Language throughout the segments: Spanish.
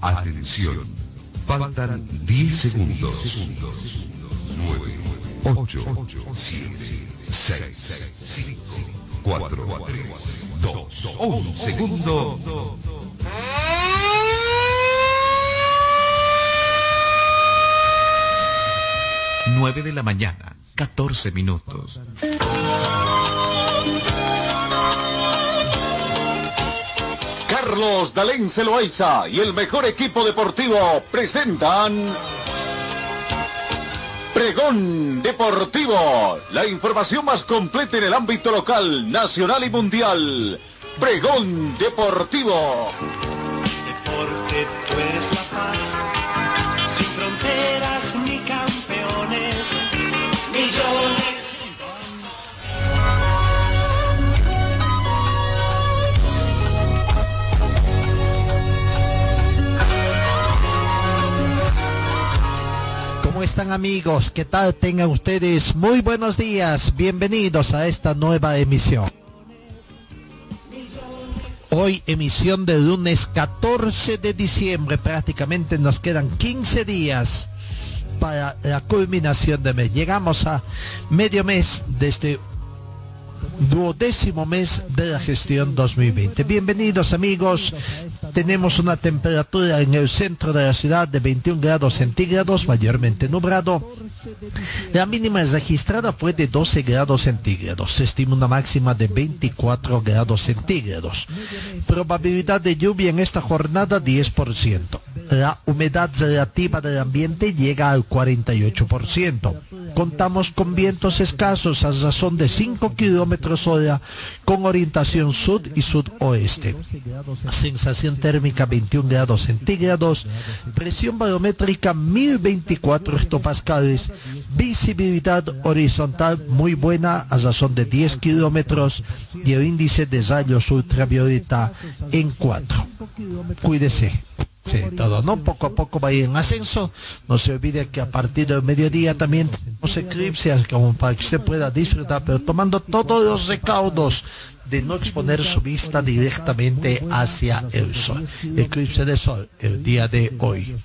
Atención, faltan 10 segundos. 9, 8, 7, 6, 5, 4, 3, 2, 1 segundo. Nueve de la mañana, 14 minutos. Carlos Dalén Loaiza y el mejor equipo deportivo presentan Pregón Deportivo, la información más completa en el ámbito local, nacional y mundial. Pregón Deportivo. Deporte, tú eres la paz, sin fronteras ni campeones, millones. ¿Cómo están, amigos? ¿Qué tal? Tengan ustedes muy buenos días. Bienvenidos a esta nueva emisión. Hoy emisión del lunes 14 de diciembre. Prácticamente nos quedan 15 días para la culminación del mes. Llegamos a medio mes de este 12º mes de la gestión 2020. Bienvenidos, amigos. Tenemos una temperatura en el centro de la ciudad de 21 grados centígrados, mayormente nublado. La mínima registrada fue de 12 grados centígrados. Se estima una máxima de 24 grados centígrados. Probabilidad de lluvia en esta jornada 10%. La humedad relativa del ambiente llega al 48%. Contamos con vientos escasos a razón de 5 kilómetros hora con orientación sud y sudoeste. Sensación térmica 21 grados centígrados. Presión barométrica 1024 hectopascales. Visibilidad horizontal muy buena a razón de 10 kilómetros y el índice de rayos ultravioleta en 4. Cuídese. Sí, todo, ¿no? Poco a poco va a ir en ascenso. No se olvide que a partir del mediodía también tenemos eclipses como para que usted pueda disfrutar, pero tomando todos los recaudos de no exponer su vista directamente hacia el sol. Eclipse de sol el día de hoy.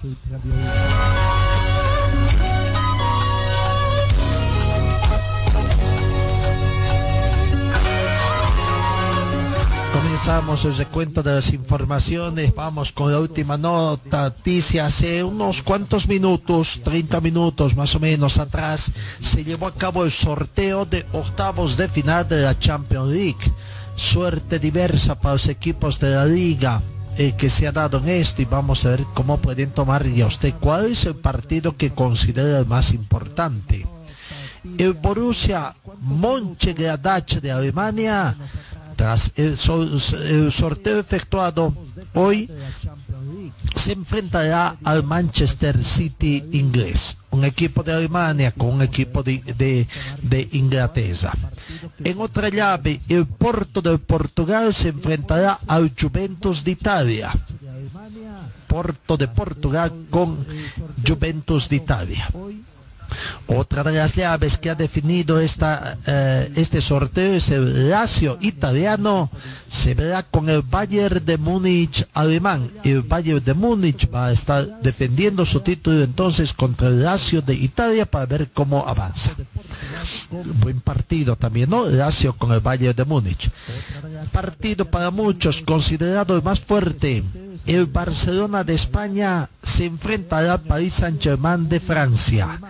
Comenzamos el recuento de las informaciones. Vamos con la última noticia. Hace unos cuantos minutos, 30 minutos más o menos atrás, se llevó a cabo el sorteo de octavos de final de la Champions League. Suerte diversa para los equipos de la liga que se ha dado en esto, y vamos a ver cómo pueden tomar ya usted cuál es el partido que considera el más importante. El Borussia Mönchengladbach de Alemania, tras el sorteo efectuado hoy, se enfrentará al Manchester City inglés, un equipo de Alemania con un equipo de Inglaterra. En otra llave, el Porto de Portugal se enfrentará al Juventus de Italia. Porto de Portugal con Juventus de Italia. Otra de las llaves que ha definido este sorteo es el Lazio italiano. Se verá con el Bayern de Múnich alemán. El Bayern de Múnich va a estar defendiendo su título entonces contra el Lazio de Italia para ver cómo avanza. Buen partido también, ¿no? Lazio con el Bayern de Múnich. Partido para muchos considerado el más fuerte. El Barcelona de España se enfrentará al Paris Saint-Germain de Francia.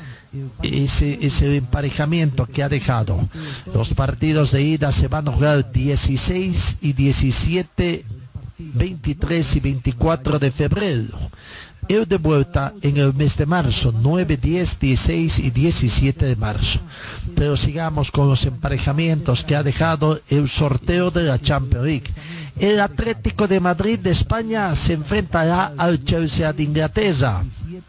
Ese emparejamiento que ha dejado. Los partidos de ida se van a jugar 16 y 17, 23 y 24 de febrero. El de vuelta en el mes de marzo, 9, 10, 16 y 17 de marzo. Pero sigamos con los emparejamientos que ha dejado el sorteo de la Champions League. El Atlético de Madrid de España se enfrentará al Chelsea de Inglaterra.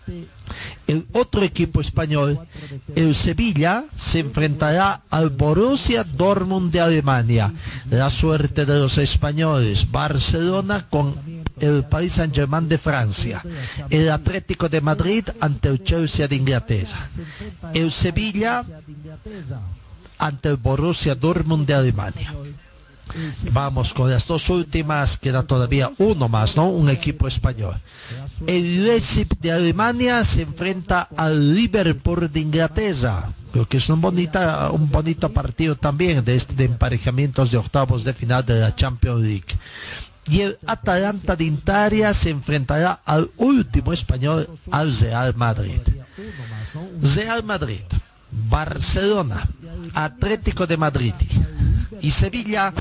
El otro equipo español, el Sevilla, se enfrentará al Borussia Dortmund de Alemania. La suerte de los españoles, Barcelona con el Paris Saint-Germain de Francia. El Atlético de Madrid ante el Chelsea de Inglaterra. El Sevilla ante el Borussia Dortmund de Alemania. Vamos con las dos últimas, queda todavía uno más, ¿no? Un equipo español. El Leipzig de Alemania se enfrenta al Liverpool de Inglaterra. Creo que es un bonito partido también de emparejamientos de octavos de final de la Champions League. Y el Atalanta de Italia se enfrentará al último español, al Real Madrid. Real Madrid, Barcelona, Atlético de Madrid y Sevilla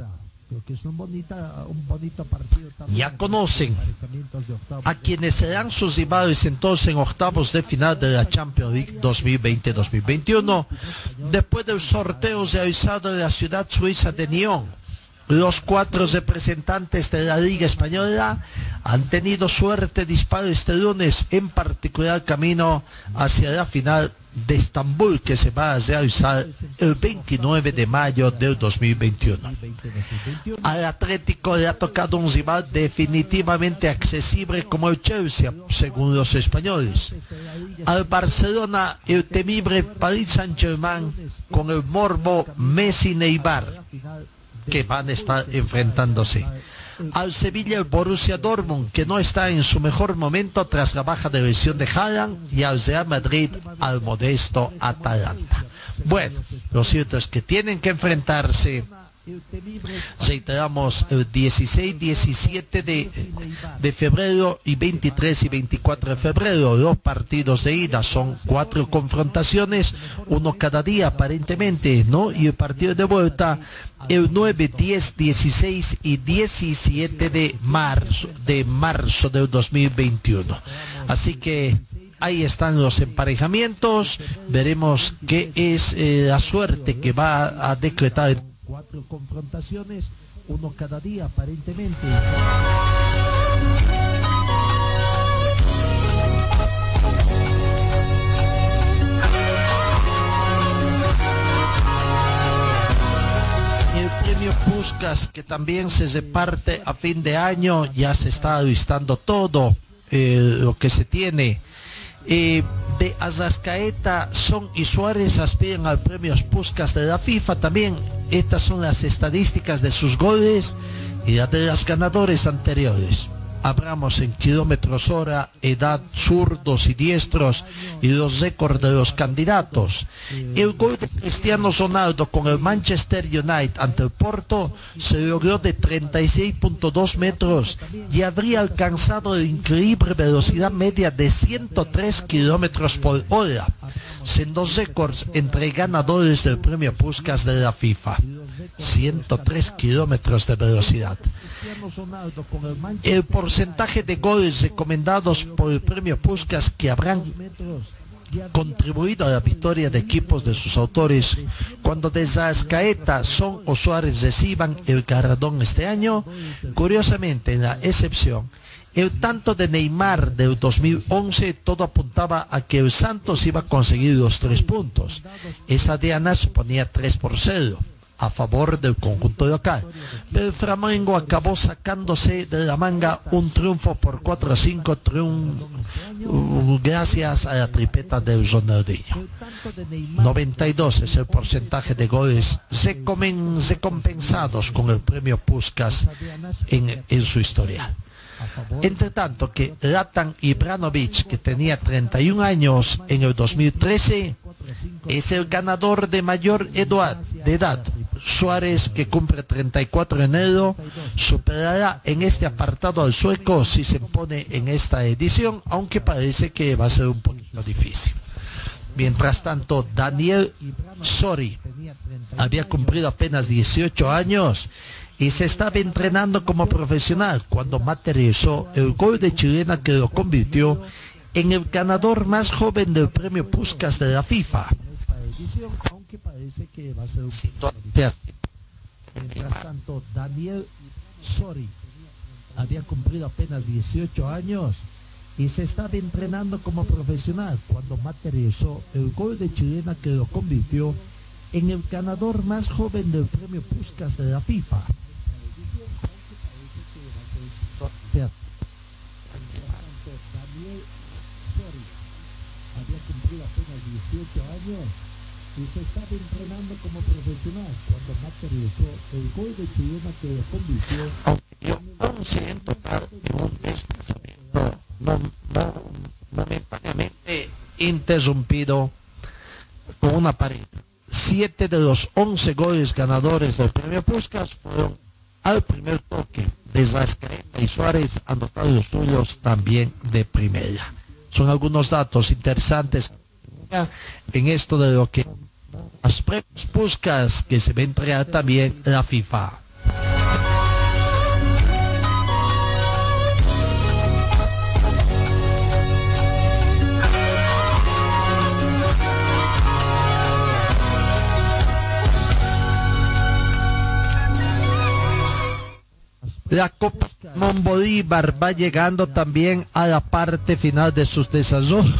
ya conocen a quienes serán sus rivales entonces en octavos de final de la Champions League 2020-2021 después del sorteo realizado en la ciudad suiza de Nyon. Los 4 representantes de la Liga Española han tenido suerte disparo este lunes, en particular camino hacia la final de Estambul, que se va a realizar el 29 de mayo del 2021. Al Atlético le ha tocado un rival definitivamente accesible como el Chelsea, según los españoles. Al Barcelona, el temible Paris Saint-Germain, con el morbo Messi-Neymar, que van a estar enfrentándose. Al Sevilla, el Borussia Dortmund, que no está en su mejor momento tras la baja de lesión de Haaland, y al Real Madrid, al modesto Atalanta. Bueno, lo cierto es que tienen que enfrentarse, reiteramos, el 16, 17 de febrero y 23 y 24 de febrero. Los partidos de ida son 4 confrontaciones, uno cada día aparentemente, ¿no? Y el partido de vuelta el 9, 10, 16 y 17 de marzo del 2021. Así que ahí están los emparejamientos. Veremos qué es la suerte que va a decretar 4 confrontaciones, uno cada día aparentemente. El premio Puskás, que también se reparte a fin de año, ya se está listando todo lo que se tiene. De Arrascaeta, Son y Suárez aspiran al premio Puskás de la FIFA también. Estas son las estadísticas de sus goles y las de los ganadores anteriores. Hablamos en kilómetros hora, edad, zurdos y diestros y los récords de los candidatos. El gol de Cristiano Ronaldo con el Manchester United ante el Porto se logró de 36.2 metros y habría alcanzado la increíble velocidad media de 103 kilómetros por hora, siendo récords entre ganadores del premio Puskás de la FIFA. 103 kilómetros de velocidad. El porcentaje de goles recomendados por el premio Puskás que habrán contribuido a la victoria de equipos de sus autores cuando desde Arrascaeta, Son o Suárez reciban el galardón este año. Curiosamente, en la excepción, el tanto de Neymar del 2011, todo apuntaba a que el Santos iba a conseguir los 3 puntos. Esa diana suponía 3-0 a favor del conjunto local, pero el Flamengo acabó sacándose de la manga un triunfo por 4-5 gracias a la tripeta del Ronaldinho. 92 es el porcentaje de goles recompensados con el premio Puskás en su historial. Entre tanto que Zlatan Ibrahimović, que tenía 31 años en el 2013, es el ganador de mayor edad. Suárez, que cumple 34 en enero, superará en este apartado al sueco si se impone en esta edición, aunque parece que va a ser un poquito difícil. Mientras tanto, Daniel Sori había cumplido apenas 18 años y se estaba entrenando como profesional cuando materializó el gol de chilena que lo convirtió en el ganador más joven del premio Puskás de la FIFA. Mientras tanto, Daniel Sori había cumplido apenas 18 años y se estaba entrenando como profesional cuando materializó el gol de chilena que lo convirtió en el ganador más joven del premio Puskás de la FIFA. Daniel Sori había cumplido apenas 18 años Usted estaba entrenando como profesional cuando materializó el gol de Chilena que lo convirtió. Yo siento en un desplazamiento momentáneamente interrumpido con una pared. 7 de los 11 goles ganadores del premio Puskás fueron al primer toque. Desde Azcárate y Suárez anotaron los suyos también de primera. Son algunos datos interesantes en esto de lo que las premios Puskás que se va a entregar también la FIFA. La Copa Simón Bolívar va llegando también a la parte final de sus desarrollos.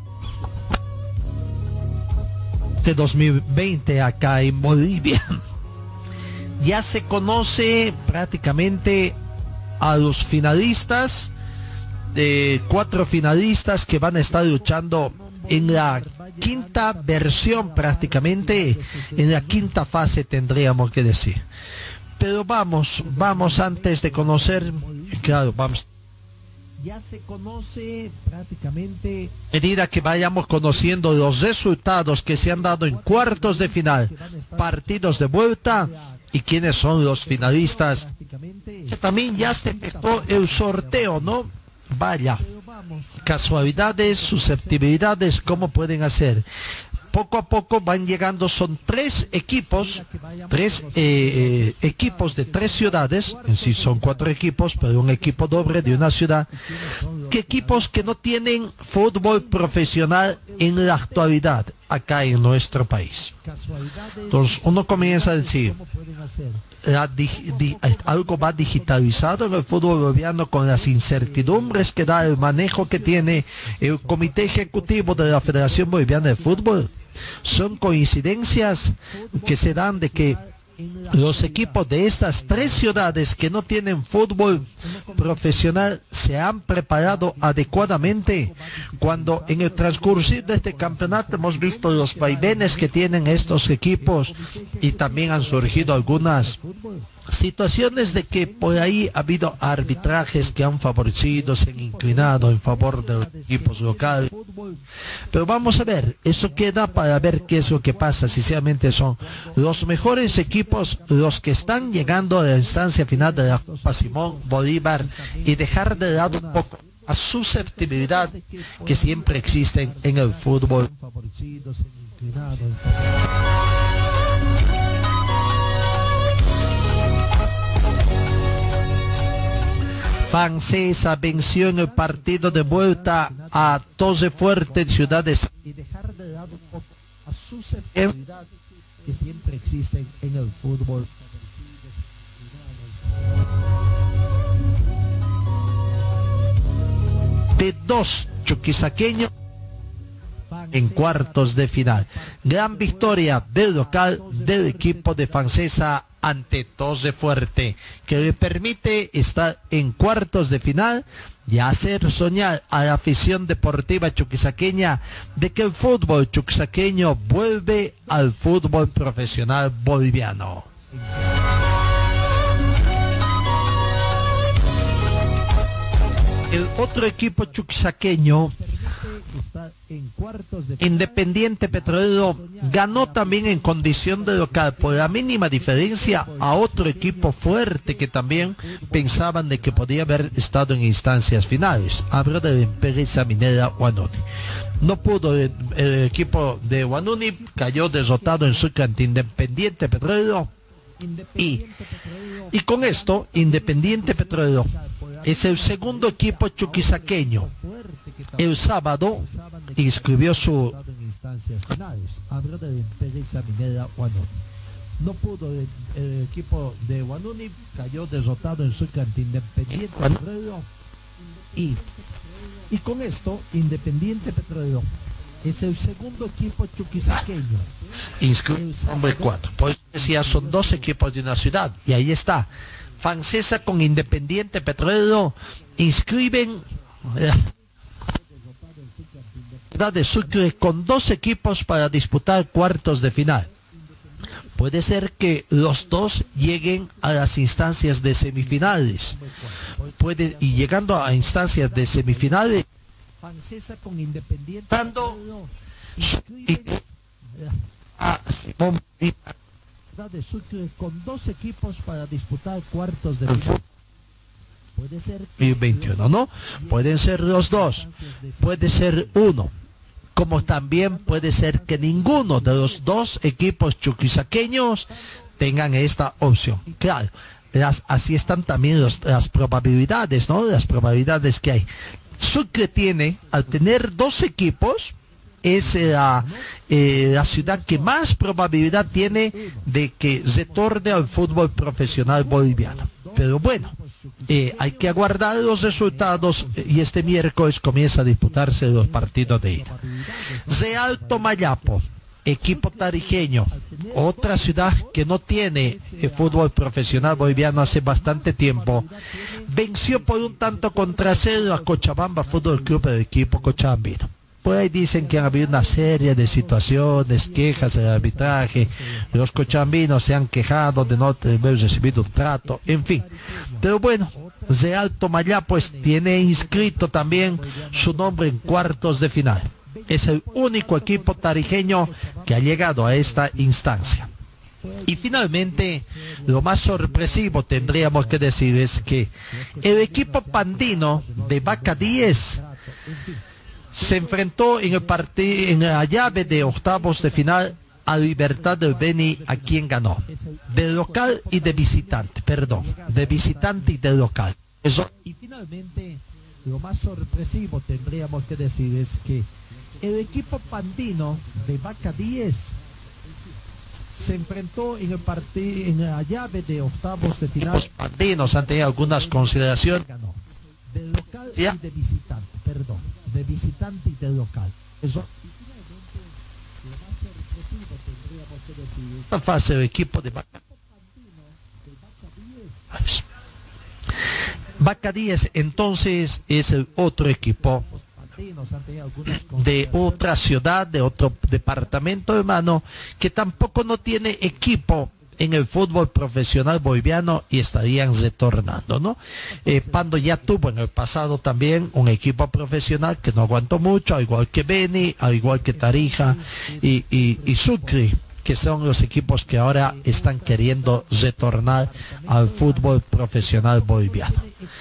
De 2020 acá en Bolivia. Ya se conoce prácticamente a los finalistas, 4 finalistas que van a estar luchando en la quinta versión prácticamente, en la quinta fase tendríamos que decir. Pero vamos antes de conocer, claro, vamos. Ya se conoce prácticamente, a medida que vayamos conociendo los resultados que se han dado en cuartos de final, partidos de vuelta y quiénes son los finalistas. También ya se efectuó el sorteo, ¿no? Vaya, casualidades, susceptibilidades, ¿cómo pueden hacer? Poco a poco van llegando, son 3 equipos, equipos de 3 ciudades, en sí son 4 equipos, pero un equipo doble de una ciudad, que equipos que no tienen fútbol profesional en la actualidad, acá en nuestro país. Entonces uno comienza a decir, algo va digitalizado en el fútbol boliviano con las incertidumbres que da el manejo que tiene el Comité Ejecutivo de la Federación Boliviana de Fútbol. Son coincidencias que se dan de que los equipos de estas 3 ciudades que no tienen fútbol profesional se han preparado adecuadamente, cuando en el transcurso de este campeonato hemos visto los vaivenes que tienen estos equipos y también han surgido algunas situaciones de que por ahí ha habido arbitrajes que han favorecido, se han inclinado en favor de los equipos locales. Pero vamos a ver, eso queda para ver qué es lo que pasa. Sinceramente son los mejores equipos los que están llegando a la instancia final de la Copa Simón Bolívar y dejar de lado un poco la susceptibilidad que siempre existe en el fútbol. Fancesa venció en el partido de vuelta a Toze Fuerte, ciudades, y dejar de lado un poco a susceptibilidad que siempre existen en el fútbol. De 2 chuquisaqueños en cuartos de final. Gran victoria del local del equipo de Fancesa ante Toze Fuerte, que le permite estar en cuartos de final y hacer soñar a la afición deportiva chuquisaqueña de que el fútbol chuquisaqueño vuelve al fútbol profesional boliviano. El otro equipo chuquisaqueño, Independiente Petrolero, ganó también en condición de local por la mínima diferencia a otro equipo fuerte que también pensaban de que podía haber estado en instancias finales. Hablo de la empresa minera Huanuni. No pudo, el equipo de Huanuni cayó derrotado en su ante Independiente Petrolero y con esto Independiente Petrolero es el segundo equipo chuquisaqueño. El sábado inscribió su hablo de la empresa minera Huanuni. No pudo, el equipo de Huanuni cayó derrotado en su ante Independiente Petrolero y con esto Independiente Petrolero es el segundo equipo chuquisaqueño. Inscribió hombre 4. Por eso decía, son 2 equipos de una ciudad y ahí está. Fancesa con Independiente Petrolero inscriben de Sucre con 2 equipos para disputar cuartos de final. Puede ser que los dos lleguen a las instancias de semifinales. Y llegando a instancias de semifinales, Francesa con Independiente dando a Simón de Sucre con 2 equipos para disputar cuartos de final. Puede ser 2021, ¿no? Pueden ser los dos, puede ser uno. Como también puede ser que ninguno de los 2 equipos chuquisaqueños tengan esta opción. Claro, así están también las probabilidades, ¿no? Las probabilidades que hay. Sucre tiene, al tener 2 equipos, es la ciudad que más probabilidad tiene de que retorne al fútbol profesional boliviano. Pero bueno, hay que aguardar los resultados y este miércoles comienza a disputarse los partidos de ida. Real Tomayapo, equipo tarijeño, otra ciudad que no tiene fútbol profesional boliviano hace bastante tiempo, venció por un tanto contra 0 a Cochabamba Fútbol Club, el equipo cochabambino. Por ahí dicen que ha habido una serie de situaciones, quejas del arbitraje, los cochabambinos se han quejado de no haber recibido un trato, en fin. Pero bueno, Real Tomayapo pues tiene inscrito también su nombre en cuartos de final. Es el único equipo tarijeño que ha llegado a esta instancia. Y finalmente, lo más sorpresivo tendríamos que decir es que el equipo pandino de Vaca 10 se enfrentó en la llave de octavos de final a Libertad del Beni, a quien ganó, de local y de visitante, de visitante y de local. Y finalmente, lo más sorpresivo tendríamos que decir es que el equipo pandino de Vaca 10 se enfrentó en la llave de octavos de final. Los pandinos han tenido algunas consideraciones, ganó, de local y de visitante, de visitante y de local. Eso. Esta fase del equipo de Vaca 10 entonces es el otro equipo de otra ciudad, de otro departamento hermano, que tampoco no tiene equipo en el fútbol profesional boliviano y estarían retornando, ¿no? Pando ya tuvo en el pasado también un equipo profesional que no aguantó mucho, al igual que Beni, al igual que Tarija y Sucre, que son los equipos que ahora están queriendo retornar al fútbol profesional boliviano.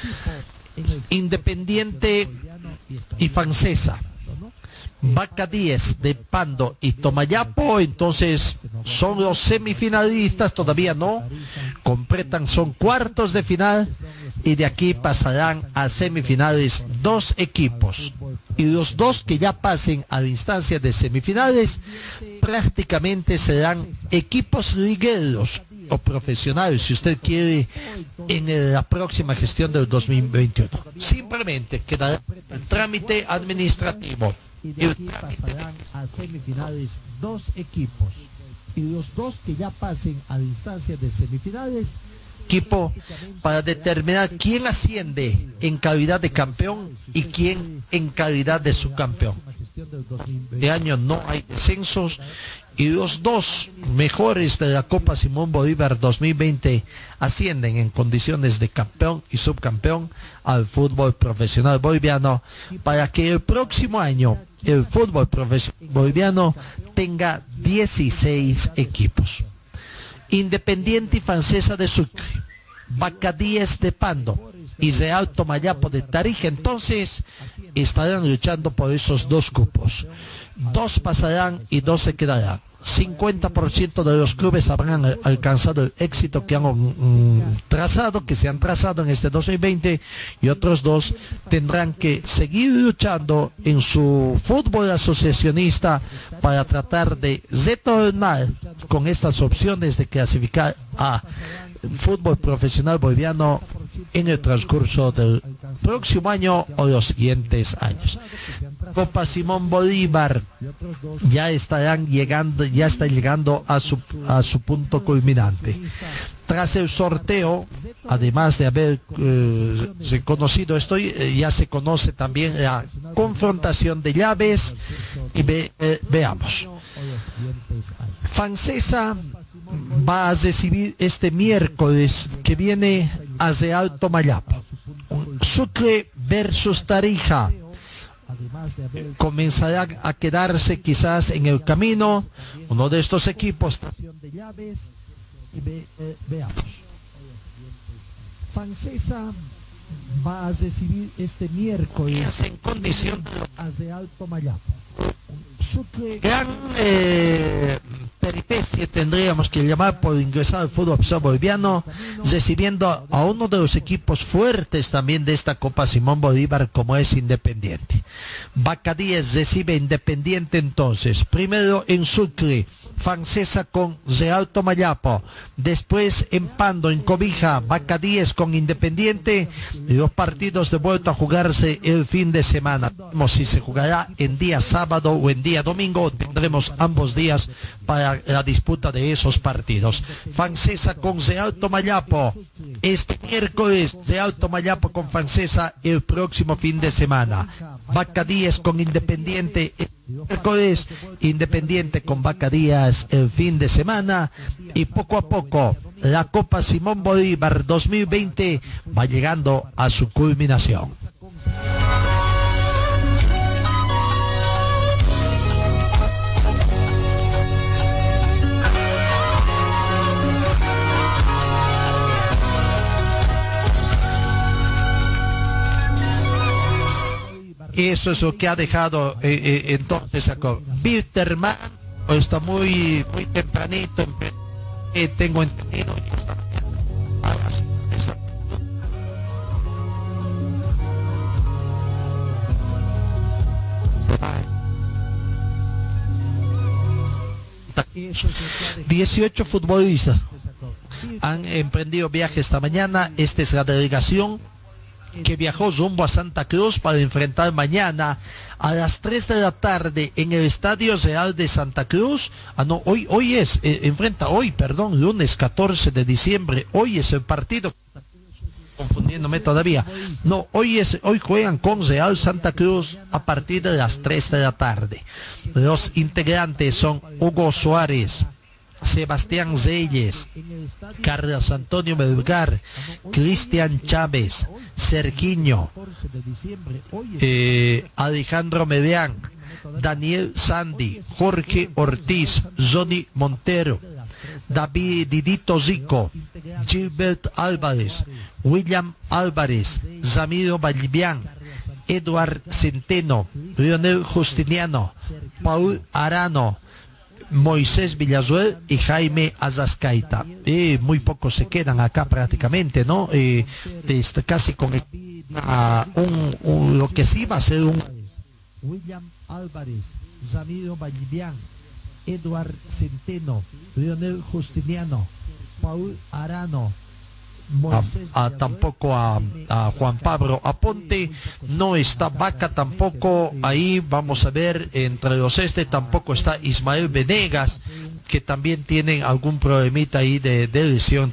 Independiente y Francesa, Vaca 10 de Pando y Tomayapo, entonces son los semifinalistas, todavía no completan, son cuartos de final y de aquí pasarán a semifinales 2 equipos y los 2 que ya pasen a la instancia de semifinales prácticamente serán equipos ligueros o profesionales, si usted quiere, en la próxima gestión del 2021. Simplemente quedará el trámite administrativo. Y de aquí pasarán a semifinales 2 equipos y los 2 que ya pasen a la instancia de semifinales, equipo para determinar quién asciende en calidad de campeón y quién en calidad de subcampeón. De año no hay descensos y los 2 mejores de la Copa Simón Bolívar 2020 ascienden en condiciones de campeón y subcampeón al fútbol profesional boliviano, para que el próximo año el fútbol profesional boliviano tenga 16 equipos. Independiente y Francesa de Sucre, Vaca 10 de Pando y Real Tomayapo de Tarija, entonces estarán luchando por esos 2 cupos. 2 pasarán y 2 se quedarán. 50% de los clubes habrán alcanzado el éxito que se han trazado en este 2020 y otros 2 tendrán que seguir luchando en su fútbol asociacionista para tratar de retornar con estas opciones de clasificar a fútbol profesional boliviano en el transcurso del próximo año o los siguientes años. Copa Simón Bolívar ya está llegando a su punto culminante. tras el sorteo, además de haber conocido esto, ya se conoce también la confrontación de llaves y veamos. Fancesa va a recibir este miércoles que viene a Real Tomayapo. Sucre versus Tarija. Comenzará a quedarse quizás en el camino uno de estos equipos. Veamos. Fancesa va a recibir este miércoles en condición de Real Tomayapo. Gran peripecia tendríamos que llamar por ingresar al fútbol boliviano, recibiendo a uno de los equipos fuertes también de esta Copa Simón Bolívar, como es Independiente. Vaca 10 recibe Independiente entonces, primero en Sucre, Fancesa con Real Tomayapo, después en Pando, en Cobija, Vaca 10 con Independiente, y los partidos de vuelta a jugarse el fin de semana. Vemos si se jugará en día sábado o en día domingo, tendremos ambos días para la disputa de esos partidos. Fancesa con Real Tomayapo este miércoles, Real Tomayapo con Fancesa el próximo fin de semana. Vaca 10 con Independiente el miércoles, Independiente con Vaca 10 el fin de semana, y poco a poco la Copa Simón Bolívar 2020 va llegando a su culminación. Eso es lo que ha dejado entonces Wilstermann. Está muy tempranito, tengo entendido. ...18 futbolistas han emprendido viaje esta mañana. Esta es la delegación que viajó rumbo a Santa Cruz para enfrentar mañana a las 3 de la tarde en el Estadio Real de Santa Cruz. Lunes 14 de diciembre. Hoy es el partido. Confundiéndome todavía. No, hoy juegan con Real Santa Cruz a partir de las 3 de la tarde. Los integrantes son Hugo Suárez, Sebastián Reyes, Carlos Antonio Melgar, Cristian Chávez, Cerquiño, Alejandro Medián, Daniel Sandy, Jorge Ortiz, Johnny Montero, David Didito Zico, Gilbert Álvarez, William Álvarez, Ramiro Vallivian, Eduard Centeno, Leonel Justiniano, Paul Arano, Moisés Villasuel y Jaime Azascaita. Muy pocos se quedan acá prácticamente, ¿no? Casi con lo que sí va a ser un William Álvarez, Ramiro Vallivian, Eduard Centeno, Leonel Justiniano, Paul Arano, tampoco a Juan Pablo Aponte, no está Vaca tampoco ahí. Vamos a ver, entre los tampoco está Ismael Venegas, que también tienen algún problemita ahí de lesión.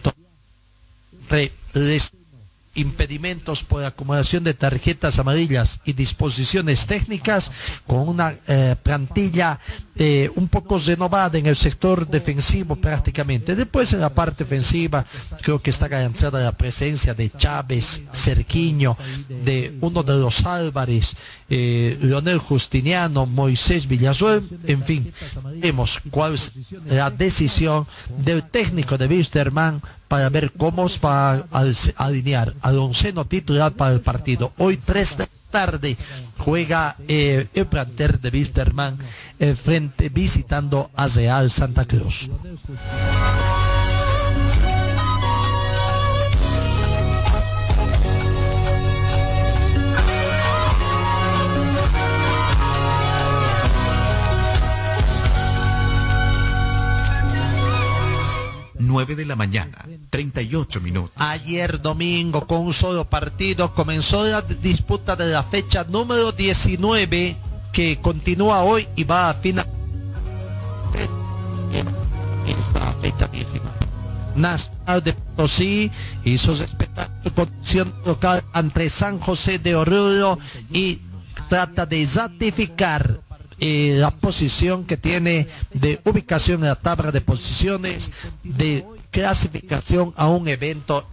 Impedimentos por acumulación de tarjetas amarillas y disposiciones técnicas, con una plantilla un poco renovada en el sector defensivo prácticamente. Después en la parte ofensiva creo que está garantizada la presencia de Chávez, Cerquiño, de uno de los Álvarez, Leonel Justiniano, Moisés Villasuel. En fin, vemos cuál es la decisión del técnico de Wilstermann para ver cómo va a alinear al onceno titular para el partido. Hoy 3 de la tarde juega el plantel de Wilstermann visitando a Real Santa Cruz. 9 de la mañana, 38 minutos. Ayer domingo, con un solo partido, comenzó la disputa de la fecha número 19, que continúa hoy y va a final. Esta fecha 19. de Potosí hizo respetar su condición local ante San José de Oruro y trata de ratificar la posición que tiene de ubicación en la tabla de posiciones de clasificación a un evento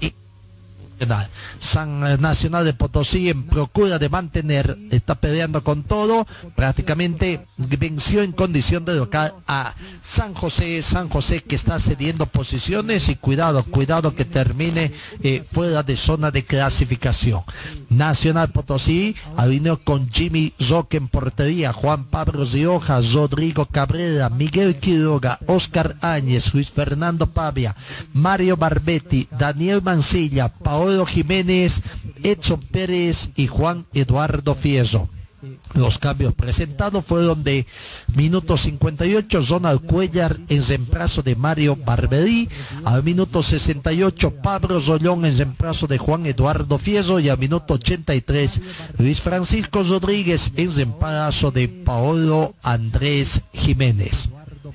San Nacional de Potosí, en procura de mantener, está peleando con todo, prácticamente venció en condición de local a San José que está cediendo posiciones y cuidado que termine fuera de zona de clasificación. Nacional Potosí alineó con Jimmy Roque en portería, Juan Pablo Rioja, Rodrigo Cabrera, Miguel Quiroga, Oscar Áñez, Luis Fernando Pavia, Mario Barbetti, Daniel Mancilla, Paolo Jiménez, Edson Pérez y Juan Eduardo Fieso. Los cambios presentados fueron de minuto 58, Ronald Cuellar en reemplazo de Mario Barberí, al minuto 68, Pablo Rollón en reemplazo de Juan Eduardo Fieso y al minuto 83, Luis Francisco Rodríguez en reemplazo de Paolo Andrés Jiménez.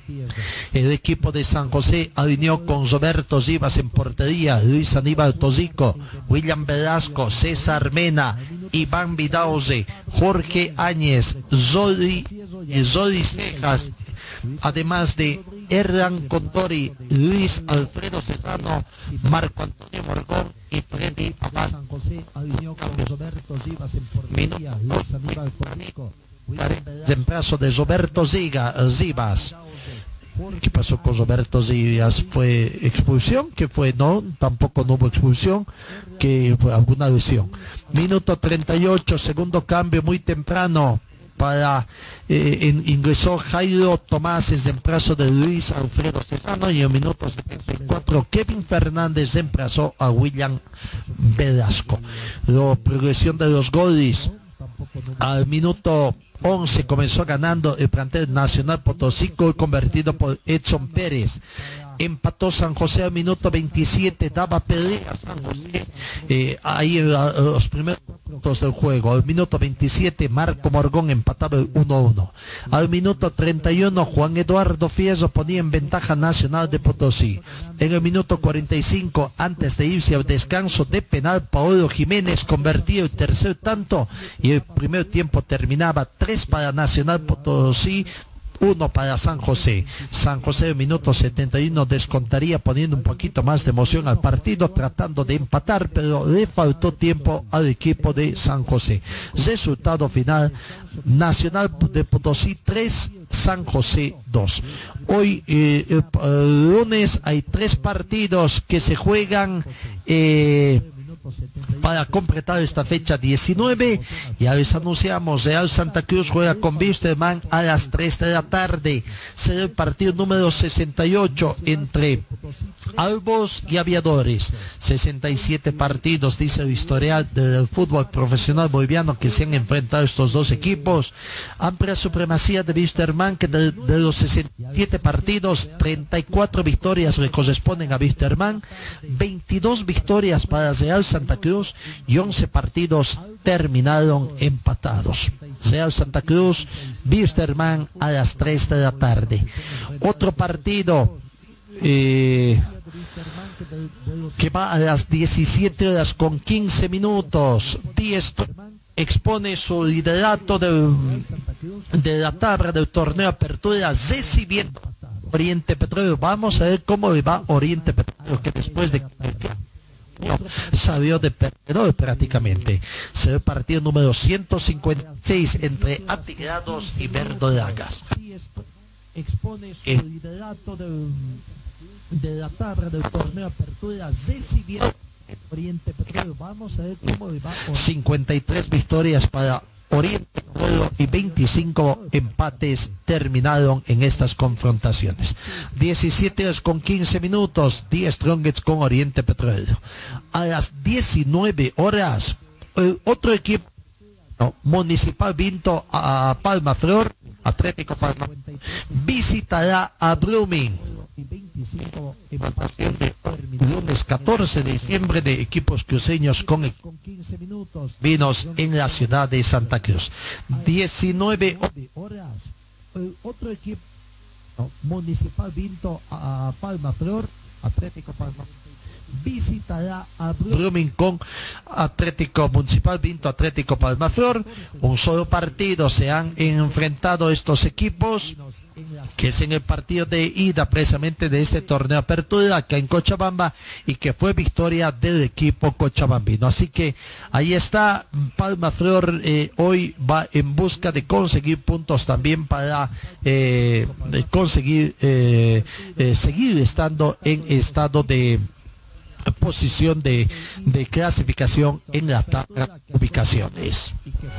El equipo de San José alineó con Roberto Rivas en portería, Luis Aníbal Tosico, William Velasco, César Mena, Iván Vidauze, Jorge Áñez, Zodi Cejas, además de Hernán Contori, Luis Alfredo Cesano, Marco Antonio Morgón y Freddy Abad. San José alineó con Roberto Rivas en portería, Luis Aníbal Tosico, reemplazo de Roberto Rivas. ¿Qué pasó con Roberto Díaz? ¿Fue expulsión? ¿Qué fue? No, tampoco no hubo expulsión, que fue alguna lesión. Minuto 38, segundo cambio muy temprano para ingresó Jairo Tomás en reemplazo de Luis Alfredo Cesano y en minuto 74 Kevin Fernández reemplazó a William Velasco. La progresión de los goles al minuto 11 comenzó ganando el plantel Nacional Potosí, convertido por Edson Pérez. Empató San José al minuto 27, daba pelea San José ahí en los primeros minutos del juego. Al minuto 27 Marco Morgón empataba el 1-1. Al minuto 31 Juan Eduardo Fieso ponía en ventaja Nacional de Potosí. En el minuto 45, antes de irse al descanso de penal, Paolo Jiménez convertía el tercer tanto y el primer tiempo terminaba 3 para Nacional Potosí, 1 para San José. San José en minuto 71 descontaría poniendo un poquito más de emoción al partido, tratando de empatar, pero le faltó tiempo al equipo de San José. Resultado final: Nacional de Potosí 3, San José 2. Hoy el lunes hay 3 partidos que se juegan para completar esta fecha 19. Ya les anunciamos, Real Santa Cruz juega con Wilstermann a las 3 de la tarde. Será el partido número 68 entre Albos y Aviadores. 67 partidos, dice el historial del fútbol profesional boliviano, que se han enfrentado estos dos equipos. Amplia supremacía de Wilstermann, que de los 67 partidos, 34 victorias le corresponden a Wilstermann, 22 victorias para Real Santa Cruz y 11 partidos terminaron empatados. Real Santa Cruz, Wilstermann a las 3 de la tarde. Otro partido que va a las 17 horas con 15 minutos. Expone su liderato de la tabla del torneo Apertura, recibiendo Oriente Petróleo. Vamos a ver cómo le va Oriente Petróleo, que después de salió de perdedor prácticamente. Será el partido número 156 entre Atigrados y Verdolagas. Expone su liderato de la tabla del torneo Apertura, recibiendo Oriente Petróleo. Vamos a ver cómo le va. 53 victorias para Oriente Petróleo y 25 empates terminaron en estas confrontaciones. 17 horas con 15 minutos, 10 Strongets con Oriente Petróleo. A las 19 horas, otro equipo, Municipal Vinto a Palma Flor, Atlético Palma, visitará a Blooming. 25 empatación de lunes 14 de diciembre de equipos cruceños con 15 minutos vinos en la ciudad de Santa Cruz. 19 horas, otro equipo, Municipal Vinto a Palma Flor, Atlético Palma, visitará a Blooming con Atlético Municipal Vinto Atlético Palmaflor. Un solo partido se han enfrentado estos equipos, que es en el partido de ida precisamente de este torneo Apertura acá en Cochabamba, y que fue victoria del equipo cochabambino. Así que ahí está, Palmaflor hoy va en busca de conseguir puntos también para conseguir seguir estando en estado de posición de clasificación en la tabla de ubicaciones.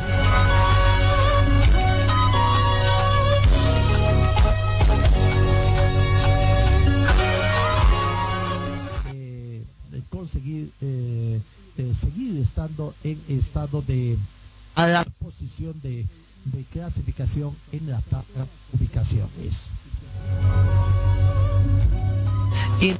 Conseguir seguir estando en estado de a la posición de clasificación en la tabla de ubicaciones. Y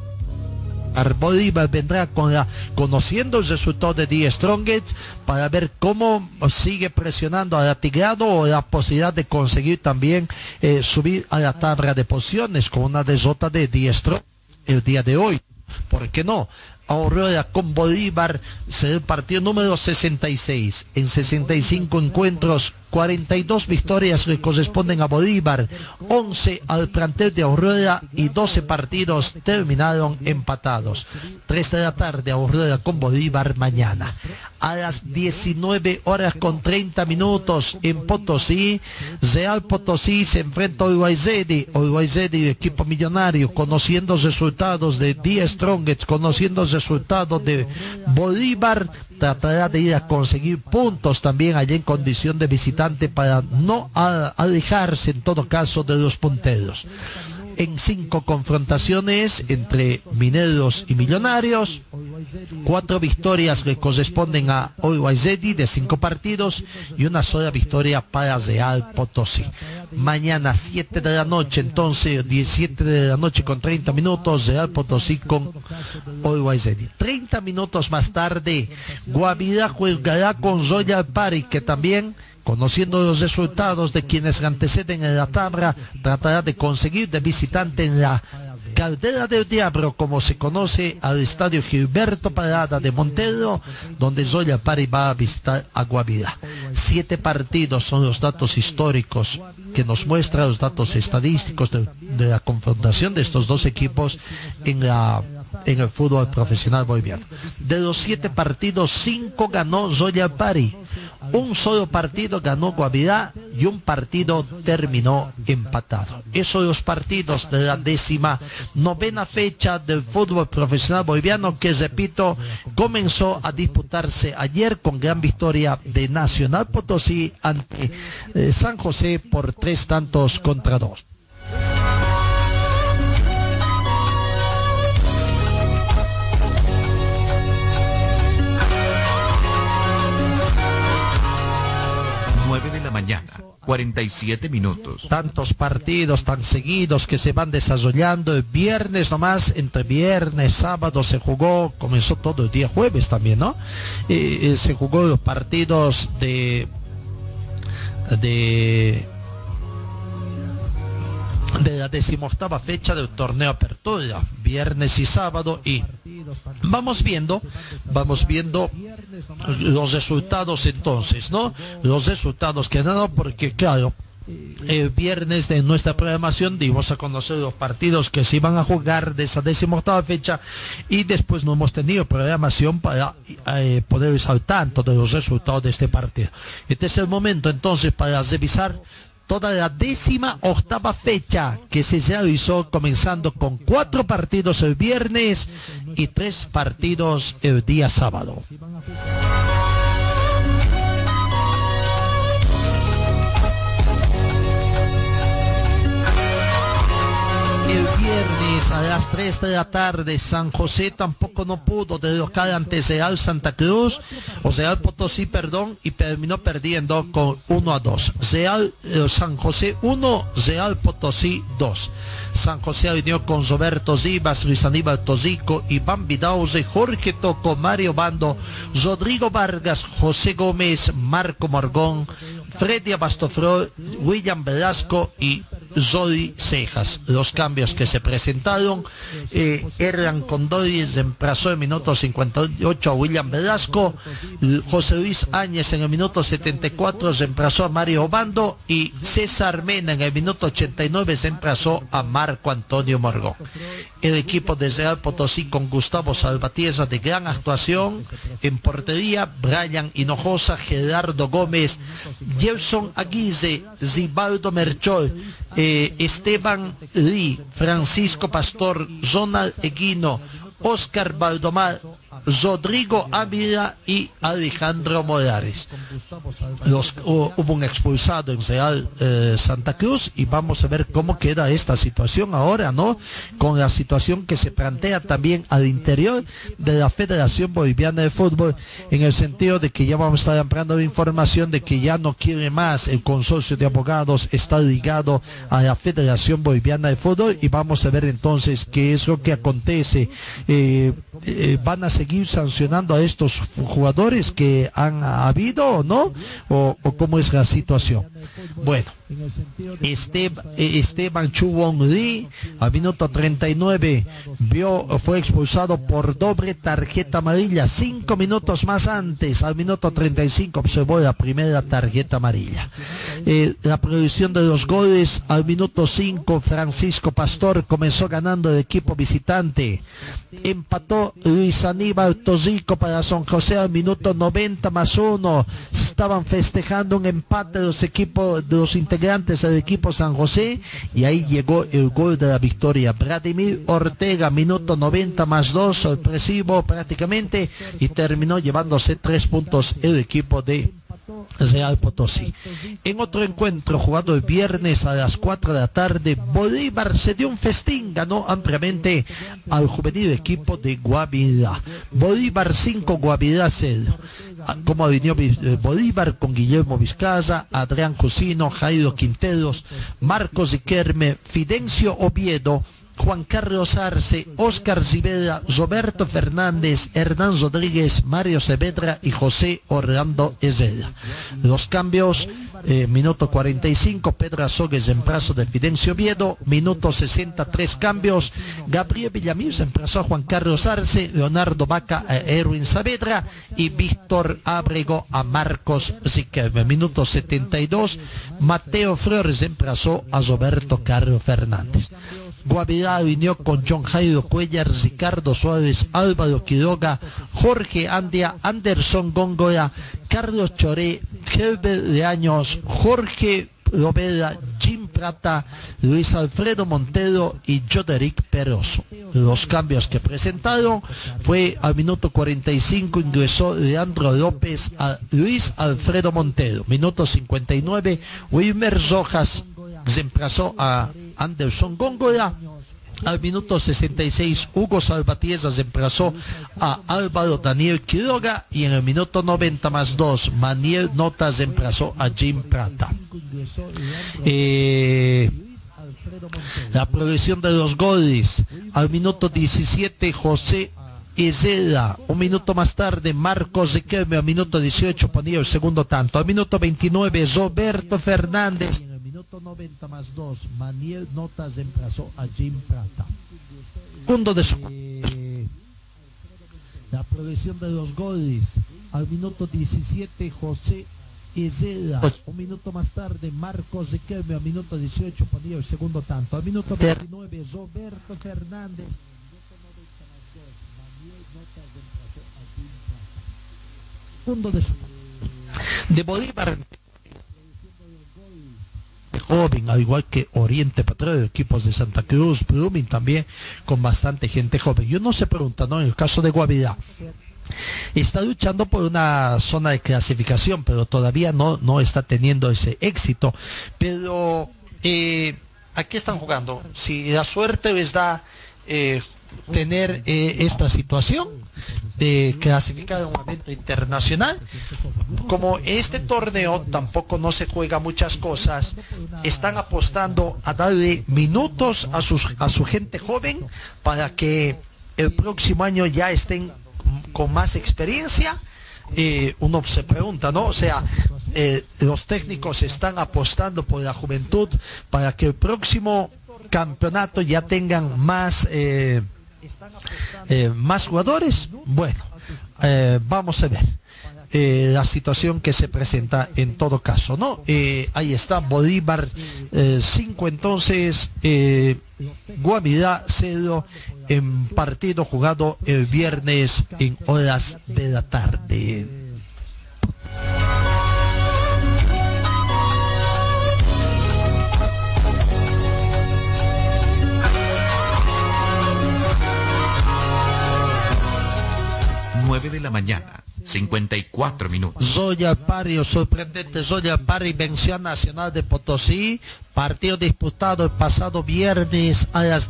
Bolívar vendrá conociendo el resultado de The Strongest para ver cómo sigue presionando al Atigrado, o la posibilidad de conseguir también subir a la tabla de posiciones con una derrota de The Strongest el día de hoy. ¿Por qué no? Aurora con Bolívar será el partido número 66. En 65 encuentros, 42 victorias le corresponden a Bolívar, 11 al plantel de Aurora, y 12 partidos terminaron empatados. 3 de la tarde, Aurora con Bolívar mañana. A las 19 horas con 30 minutos en Potosí, Real Potosí se enfrenta a Uruguay-Zedi, el equipo millonario, conociendo resultados de The Strongest, conociendo resultados de Bolívar, tratará de ir a conseguir puntos también allá en condición de visitante para no alejarse en todo caso de los punteros. En 5 confrontaciones entre Mineros y Millonarios, 4 victorias le corresponden a Uruguay-Zedi de 5 partidos y una sola victoria para Real Potosí. Mañana 7 de la noche, entonces 17 de la noche con 30 minutos, Real Potosí con Uruguay-Zedi. 30 minutos más tarde, Guavirá jugará con Royal Party, que también, conociendo los resultados de quienes le anteceden en la tabla, tratará de conseguir de visitante en la Caldera del Diablo, como se conoce, al estadio Gilberto Parada de Montero, donde Royal Party va a visitar a Guavirá. 7 partidos son los datos históricos que nos muestran los datos estadísticos de la confrontación de estos dos equipos en el fútbol profesional boliviano. De los 7 partidos, 5 ganó Royal Party, un solo partido ganó Guavirá y un partido terminó empatado. Esos son los partidos de la 19ª fecha del fútbol profesional boliviano, que, repito, comenzó a disputarse ayer con gran victoria de Nacional Potosí ante San José por 3-2. Mañana, 47 minutos. Tantos partidos tan seguidos que se van desarrollando. El viernes nomás, entre viernes, sábado se jugó, comenzó todo el día jueves también, ¿no? Se jugó los partidos de la 18ª fecha del torneo Apertura, viernes y sábado, y vamos viendo los resultados entonces, ¿no? Los resultados que han dado, porque claro, el viernes de nuestra programación dimos a conocer los partidos que se iban a jugar de esa 18ª fecha, y después no hemos tenido programación para poder estar al tanto de los resultados de este partido. Este es el momento entonces para revisar toda la 18ª fecha que se realizó, comenzando con 4 partidos el viernes y 3 partidos el día sábado. El viernes a las 3 de la tarde, San José tampoco no pudo de local ante Real Santa Cruz, o Real Potosí, perdón, y terminó perdiendo con 1-2. San José 1, Real Potosí 2. San José alineó con Roberto Rivas, Luis Aníbal Tosico, Iván Vidauze, Jorge Toco, Mario Bando, Rodrigo Vargas, José Gómez, Marco Morgón, Freddy Abastofro, William Velasco y Zodi Cejas. Los cambios que se presentaron, Erlan Condori reemplazó en minuto 58 a William Velasco, José Luis Áñez en el minuto 74 reemplazó a Mario Obando y César Mena en el minuto 89 reemplazó a Marco Antonio Morgó. El equipo de Real Potosí con Gustavo Salvatierra de gran actuación en portería, Brian Hinojosa, Gerardo Gómez, Gerson Aguirre, Zibaldo Merchol, Esteban Lee, Francisco Pastor, Ronald Eguino, Oscar Baldomar, Rodrigo Ávila y Alejandro Morales. Hubo un expulsado en Real Santa Cruz y vamos a ver cómo queda esta situación ahora, ¿no? Con la situación que se plantea también al interior de la Federación Boliviana de Fútbol, en el sentido de que ya vamos a estar ampliando la información de que ya no quiere más el consorcio de abogados, está ligado a la Federación Boliviana de Fútbol y vamos a ver entonces qué es lo que acontece. Van a seguir sancionando a estos jugadores que han habido o no, o cómo es la situación. Bueno, Esteban Chubon Lee al minuto 39 fue expulsado por doble tarjeta amarilla. 5 minutos más antes, al minuto 35 observó la primera tarjeta amarilla. La producción de los goles al minuto 5, Francisco Pastor comenzó ganando el equipo visitante. Empató Luis Aníbal Tosico para San José al minuto 90 más 1. Se estaban festejando un empate de los equipos, de los integrantes del equipo San José, y ahí llegó el gol de la victoria. Vladimir Ortega, minuto 90 más 2, sorpresivo prácticamente, y terminó llevándose 3 puntos el equipo de Real Potosí. En otro encuentro jugado el viernes a las 4 de la tarde, Bolívar se dio un festín, ganó ampliamente al juvenil equipo de Guavirá. Bolívar 5, Guavirá 0. Como vino Bolívar con Guillermo Vizcaya, Adrián Cusino, Jairo Quinteros, Marcos Riquelme, Fidencio Oviedo, Juan Carlos Arce, Oscar Rivera, Roberto Fernández, Hernán Rodríguez, Mario Saavedra y José Orlando Herrera. Los cambios: minuto 45, Pedro Azogues reemplazo de Fidencio Oviedo. Minuto 63 cambios: Gabriel Villamil reemplazó a Juan Carlos Arce, Leonardo Vaca a Erwin Saavedra y Víctor Ábrego a Marcos Riquelme. Minuto 72, Mateo Flores reemplazó a Roberto Carlos Fernández. Guavirá alineó con John Jairo Cuellar, Ricardo Suárez, Álvaro Quiroga, Jorge Andia, Anderson Góngora, Carlos Choré, Herbert Leaños, Jorge Lovera, Jim Prata, Luis Alfredo Montero y Joderick Peroso. Los cambios que presentaron fue: al minuto 45 ingresó Leandro López a Luis Alfredo Montero. Minuto 59, Wilmer Rojas reemplazó a Anderson Góngora. Al minuto 66, Hugo Salvatierra reemplazó a Álvaro Daniel Quiroga, y en el minuto 90 más 2, Maniel Nota reemplazó a Jim Prata. La progresión de los goles: al minuto 17, José Herrera. Un minuto más tarde, Marcos Riquelme. Al minuto 18 ponía el segundo tanto. Al minuto 29, Roberto Fernández. 90 más 2, Maniel Nota reemplazó a Jim Prata. Segundo de la progresión de los goles: al minuto 17, José Herrera. Un minuto más tarde, Marcos Riquelme. Al minuto 18 ponía el segundo tanto. Al minuto 29, Roberto Fernández. Segundo de Bolívar. Joven, al igual que Oriente Petróleo, equipos de Santa Cruz, Blooming también, con bastante gente joven. Y uno se pregunta, ¿no? En el caso de Guavirá, está luchando por una zona de clasificación, pero todavía no está teniendo ese éxito. Pero ¿a qué están jugando? Si la suerte les da tener esta situación de clasificar a un evento internacional, como este torneo tampoco no se juega muchas cosas, están apostando a darle minutos a su gente joven para que el próximo año ya estén con más experiencia. Uno se pregunta, ¿no? O sea, los técnicos están apostando por la juventud para que el próximo campeonato ya tengan más jugadores. Bueno, vamos a ver la situación que se presenta en todo caso, ¿no? Ahí está Bolívar 5, entonces Guavirá 0 en partido jugado el viernes en horas de la tarde. De la mañana, 54 minutos. Zoya Pari, sorprendente Zoya Pari venció a Nacional de Potosí, partido disputado el pasado viernes a las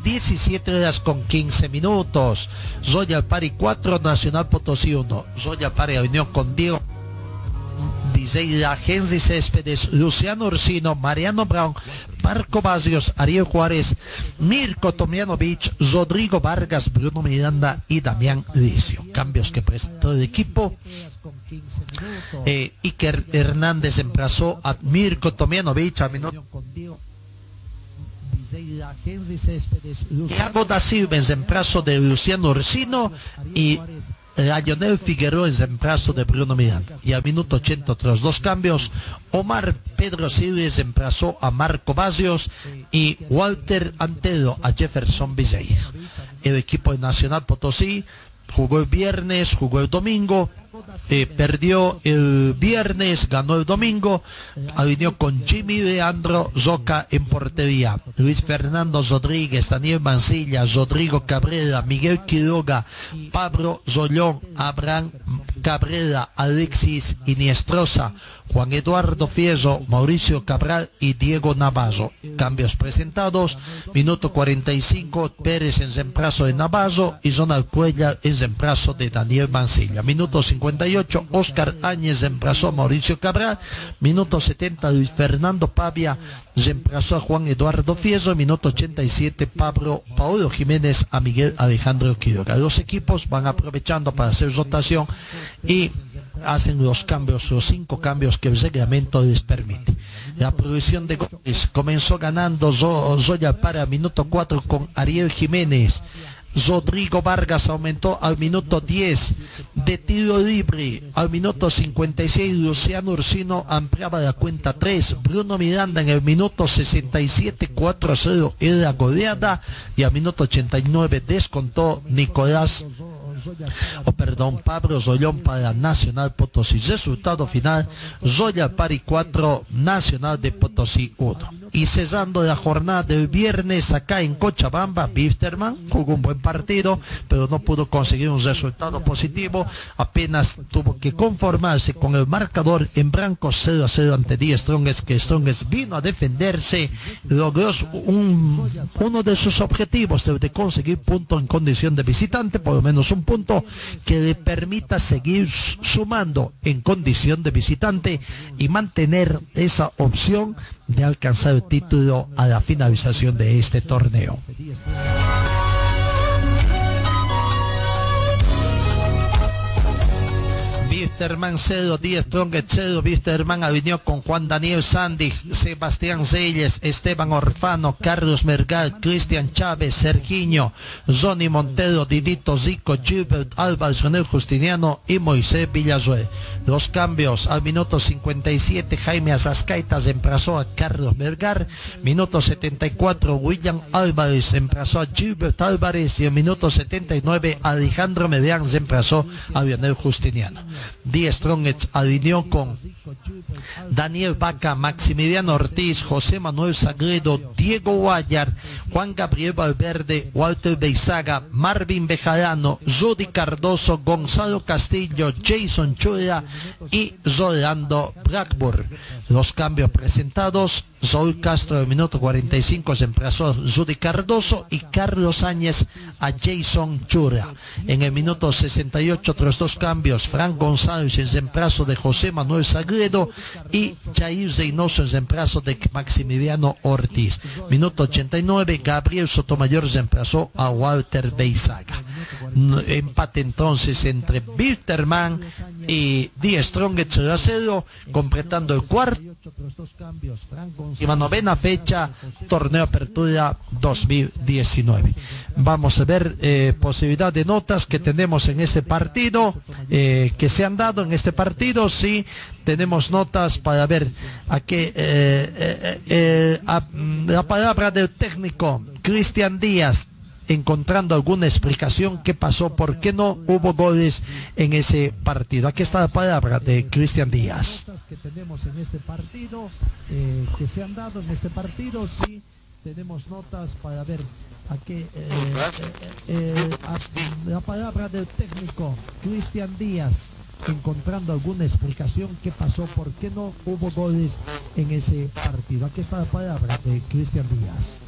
17:15. Zoya Pari 4, Nacional Potosí 1. Zoya Pari reunión con Diego Viseira, Gensi Céspedes, Luciano Orsino, Mariano Brown, Marco Vasios, Ariel Juárez, Mirko Tomjanovic, Rodrigo Vargas, Bruno Miranda y Damián Licio. Cambios que presentó el equipo. Iker Hernández reemplazó a Mirko Tomjanovic a minuto. Thiago da Silva en reemplazo de Luciano Orsino y Lionel Figueroa en reemplazo de Bruno Miranda. Y al minuto 80, tras dos cambios, Omar Pedro Silva reemplazó a Marco Vasios y Walter Antelo a Jefferson Viseira. El equipo de Nacional Potosí jugó el viernes, jugó el domingo, perdió el viernes, ganó el domingo, alineó con Jimmy Leandro Zoca en portería, Luis Fernando Rodríguez, Daniel Mancilla, Rodrigo Cabrera, Miguel Quiroga, Pablo Zollón, Abraham Cabrera, Alexis Iniestrosa, Juan Eduardo Fierro, Mauricio Cabral y Diego Navarro. Cambios presentados: minuto 45, Pérez en reemplazo de Navarro y Ronald Cuellar en reemplazo de Daniel Mancilla. Minuto 58, Oscar Áñez reemplazó a Mauricio Cabral. Minuto 70, Luis Fernando Pavia reemplazó a Juan Eduardo Fierro. Minuto 87, Paulo Jiménez a Miguel Alejandro Quiroga. Los equipos van aprovechando para hacer rotación y hacen los cambios, los 5 cambios que el reglamento les permite. La producción de goles comenzó ganando Zoya para minuto 4 con Ariel Jiménez. Rodrigo Vargas aumentó al minuto 10 de tiro libre. Al minuto 56 Luciano Orsino ampliaba la cuenta 3. Bruno Miranda en el minuto 67 4-0 era goleada, y al minuto 89 descontó Pablo Zollón para Nacional Potosí. Resultado final: Zoya Pari 4, Nacional de Potosí 1. Y cesando la jornada del viernes acá en Cochabamba, Wisterman jugó un buen partido, pero no pudo conseguir un resultado positivo. Apenas tuvo que conformarse con el marcador en blanco 0-0 ante Die Strongest, que Strongest vino a defenderse, logró uno de sus objetivos, de conseguir punto en condición de visitante, por lo menos un punto que le permita seguir sumando en condición de visitante y mantener esa opción de alcanzar el título a la finalización de este torneo. Wisterman 0, Die Strongest 0. Wisterman alineó con Juan Daniel Sandy, Sebastián Reyes, Esteban Orfano, Carlos Mergal, Cristian Chávez, Sergiño, Johnny Montero, Didito Zico, Gilbert Álvarez, René Justiniano y Moisés Villazuel. Los cambios: al minuto 57 Jaime Azascaita reemplazó a Carlos Mergal. Minuto 74 William Álvarez reemplazó a Gilbert Álvarez, y en minuto 79 Alejandro Medián reemplazó a Lionel Justiniano. Die Strongest alineó con Daniel Vaca, Maximiliano Ortiz, José Manuel Sagredo, Diego Guayar, Juan Gabriel Valverde, Walter Beizaga, Marvin Bejarano, Rudy Cardoso, Gonzalo Castillo, Jason Chura y Rolando Blackburn. Los cambios presentados: Saúl Castro en minuto 45 reemplazó a Rudy Cardoso y Carlos Áñez a Jason Chura. En el minuto 68, tras dos cambios, Frank González en reemplazo de José Manuel Sagredo y Jair Reynoso en reemplazo de Maximiliano Ortiz. Minuto 89, Gabriel Sotomayor reemplazó a Walter Beizaga. Empate entonces entre Wisterman y Die Strongest 0-0, completando el cuarto. Y la novena fecha, torneo apertura 2019. Vamos a ver posibilidad de notas que tenemos en este partido, que se han dado en este partido. Sí, tenemos notas para ver a qué la palabra del técnico Cristian Díaz, encontrando alguna explicación qué pasó, por qué no hubo goles en ese partido. Aquí está la palabra de Cristian Díaz. Que tenemos en este partido, que se han dado en este partido, sí, tenemos notas para ver a qué la palabra del técnico Cristian Díaz, encontrando alguna explicación qué pasó, por qué no hubo goles en ese partido. Aquí está la palabra de Cristian Díaz.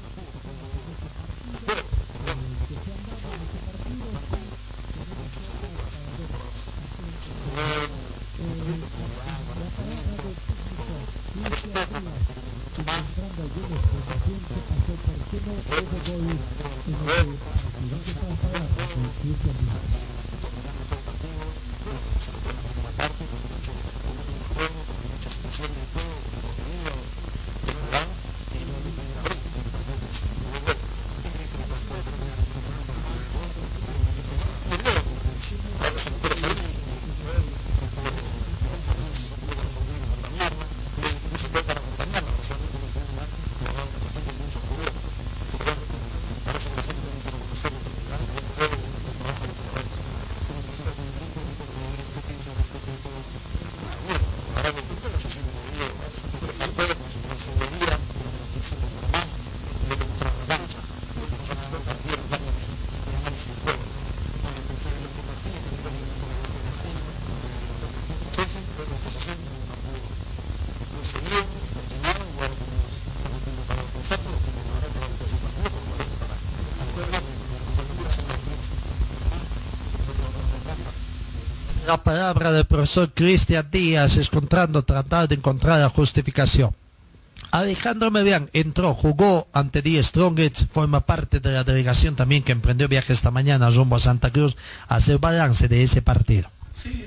La palabra del profesor Cristian Díaz, tratando de encontrar la justificación. Alejandro Mevean entró, jugó ante Die Strongest, forma parte de la delegación también que emprendió viaje esta mañana rumbo a Santa Cruz a hacer balance de ese partido. Sí,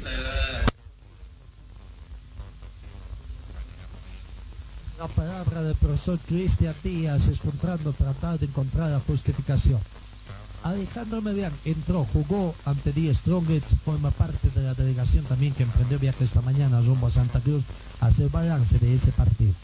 la palabra del profesor Cristian Díaz, tratando de encontrar la justificación. Alejandro Mevean entró, jugó ante Die Strongest, forma parte de la delegación también que emprendió viaje esta mañana rumbo a Santa Cruz a hacer balance de ese partido.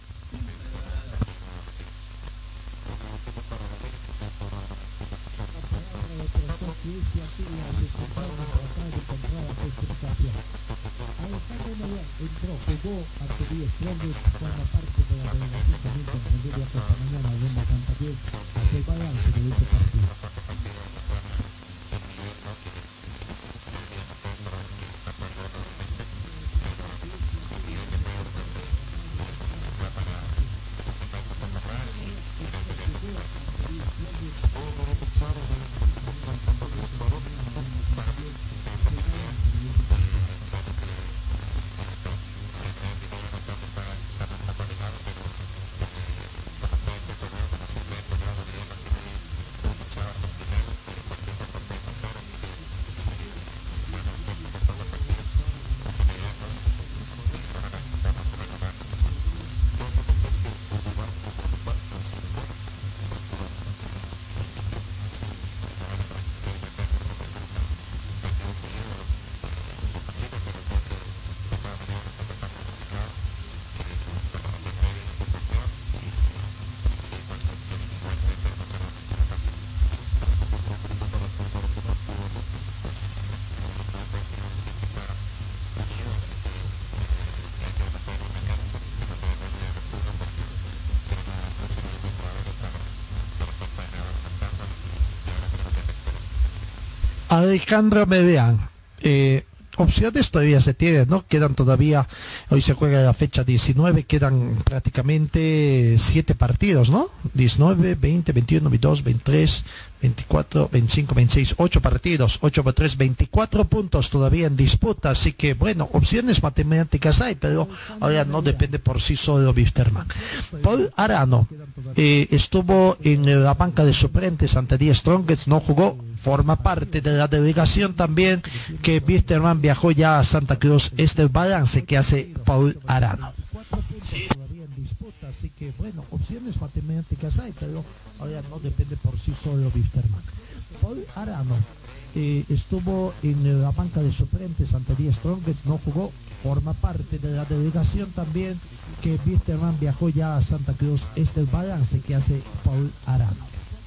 Entró, jugó ante Die Strongest, forma parte de la delegación también que emprendió viaje esta mañana rumbo a Santa Cruz a hacer balance de ese partido. Alejandro Mevean, opciones todavía se tienen, ¿no? Quedan todavía, hoy se juega la fecha 19, quedan prácticamente 7 partidos, ¿no? 19, 20, 21, 22, 23, 24, 25, 26, 8 partidos, 8 por 3, 24 puntos todavía en disputa, así que bueno, opciones matemáticas hay, pero ahora no depende por sí solo Wisterman. Paul Arano estuvo en la banca de suplentes ante Die Strongest, no jugó, forma parte de la delegación también que Vísterman viajó ya a Santa Cruz. Este es el balance que hace Paul Arano. Así que bueno, opciones matemáticas hay, pero ahora no depende por sí solo Vísterman. Paul Arano estuvo en la banca de suplentes ante Die Strongest, no jugó, forma parte de la delegación también que Vísterman viajó ya a Santa Cruz. Este es el balance que hace Paul Arano.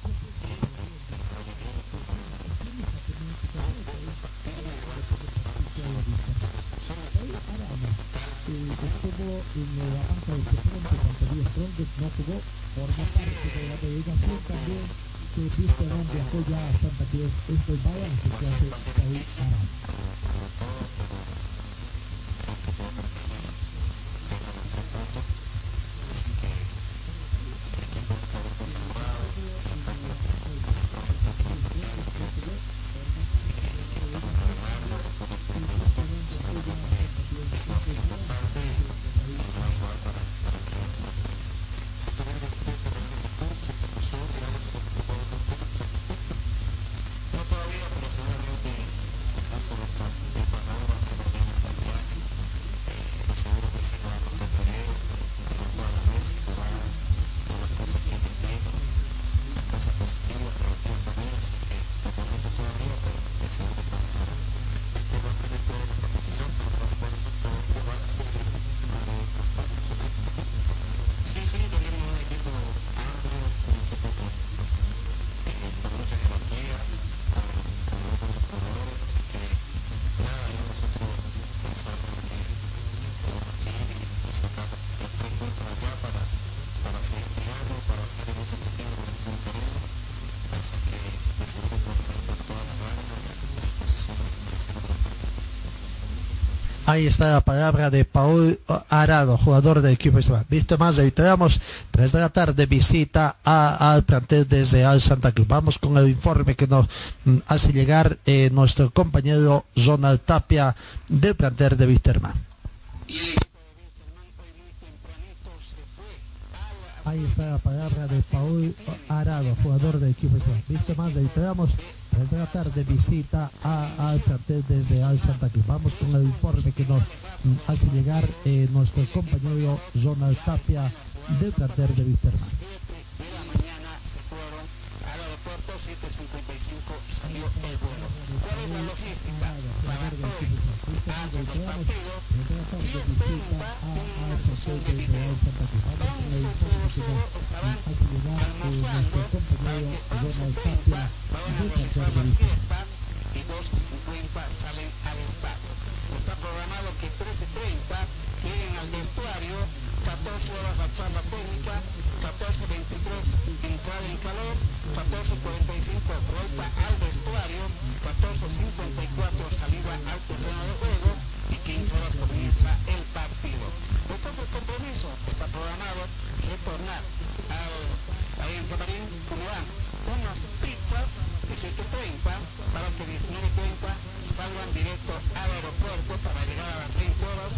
Estuvo en la banca de suplentes ante Die Strongest, no jugó, forma parte de la delegación también que Vísterman viajó ya a Santa Cruz. Este es el balance que hace Paul Arano. Ahí está la palabra de Paul Arano, jugador del equipo español. Visto más, reiteramos, 3 de la tarde, visita al plantel desde Al Santa Cruz. Vamos con el informe que nos hace llegar nuestro compañero Ronald Tapia del plantel de Vísterman. Ahí está la palabra de Paul Arano, jugador del equipo español. Visto más, reiteramos, 3 de la tarde, visita al plantel desde Al Santa Cruz. Vamos con el informe que nos hace llegar nuestro compañero Ronald Tapia del plantel de Vísterman. Y 2:50 salen al estadio. Está programado que 13:30 lleguen al vestuario, 14 horas la charla técnica, 14:23 entrada en calor, 14:45 vuelta al vestuario, 14:54 salida al terreno de juego y 15 horas comienza el partido. Después del compromiso está programado retornar ahí en Camarín, como dan unas pizzas 18:30 para que 19:30 salgan directo al aeropuerto para llegar a las 20 horas.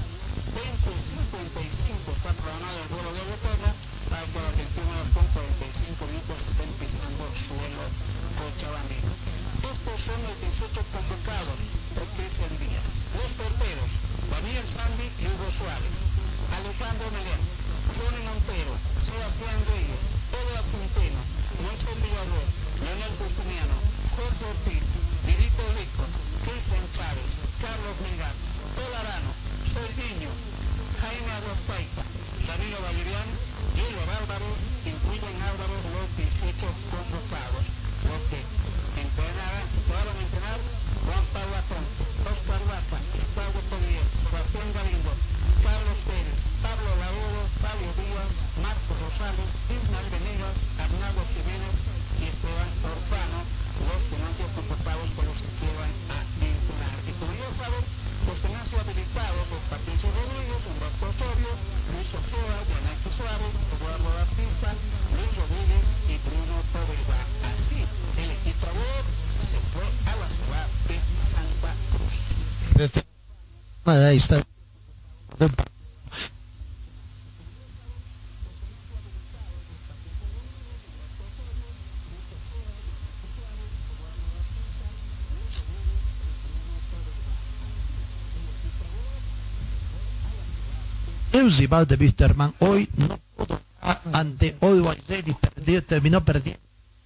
20:55 está programado el vuelo de retorno para que a las 21 horas con 45 minutos estén pisando suelo cochabambino. Estos son los 18 convocados por Cristian Díaz. Los porteros, Daniel Sandy y Hugo Suárez, Alejandro Melén, Johnny Montero, Sebastián Reyes, Edgar Centeno, Nelson Villarreal, Leonel Justiniano, Jorge Ortiz, Virito Rico, Cristian Chávez, Carlos Melgar, Paul Arano, Sergiño, Jaime Arraspaita, Danilo Valerian y Edward Álvarez, incluyen Álvarez los 18 convocados. Los que entrenarán, quedaron a entrenar Juan Pablo Aponte, Oscar Vaca, Pablo Polier, Sebastián Galindo, Carlos Pérez, Pablo Lauro, Fabio Díaz, Marcos Rosales, Ismael Venegas, Arnaldo Jiménez y Esteban Orfano, los que no han sido convocados con los que quedan a entrenar. Y como ya saben, los que no han sido habilitados es Patricio Rodríguez, Humberto Osorio, Luis Ojeda, Yanaki Suárez, Eduardo Baptista, Luis Rodríguez y Bruno Poveda. Así, el equipo abogado se fue a la ciudad de Santa Cruz. Ahí está. el rival de Wisterman hoy no pudo ante Always Ready, terminó perdiendo.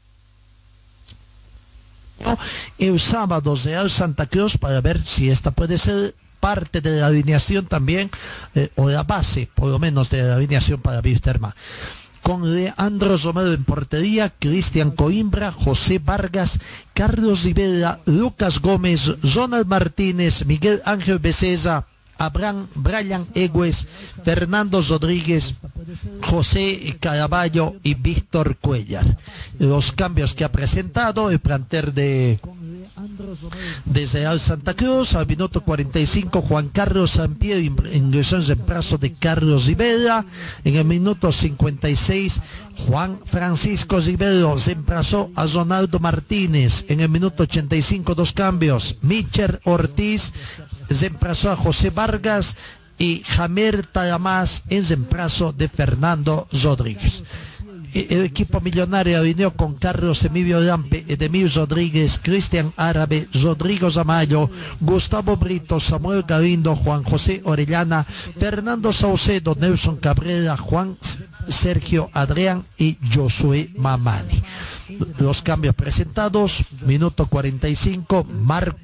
El sábado Real Santa Cruz, para ver si esta puede ser parte de la alineación también, o la base por lo menos de la alineación para Wisterman, con Leandro Romero en portería, Cristian Coimbra, José Vargas, Carlos Rivera, Lucas Gómez, Ronald Martínez, Miguel Ángel Becerra, Brian Egues, Fernando Rodríguez, José Caraballo y Víctor Cuellar. Los cambios que ha presentado el plantel de Real Santa Cruz: al minuto 45 Juan Carlos Sampiero ingresó en reemplazo de Carlos Rivera. En el minuto 56 Juan Francisco Rivero reemplazó a Ronaldo Martínez. En el minuto 85 dos cambios: Michel Ortiz reemplazó a José Vargas y Jamer Talamás en reemplazo de Fernando Rodríguez. El equipo millonario alineó con Carlos Emilio Lampe, Edemir Rodríguez, Cristian Árabe, Rodrigo Zamayo, Gustavo Brito, Samuel Galindo, Juan José Orellana, Fernando Saucedo, Nelson Cabrera, Juan Sergio Adrián y Josué Mamani. Los cambios presentados: minuto 45 Marc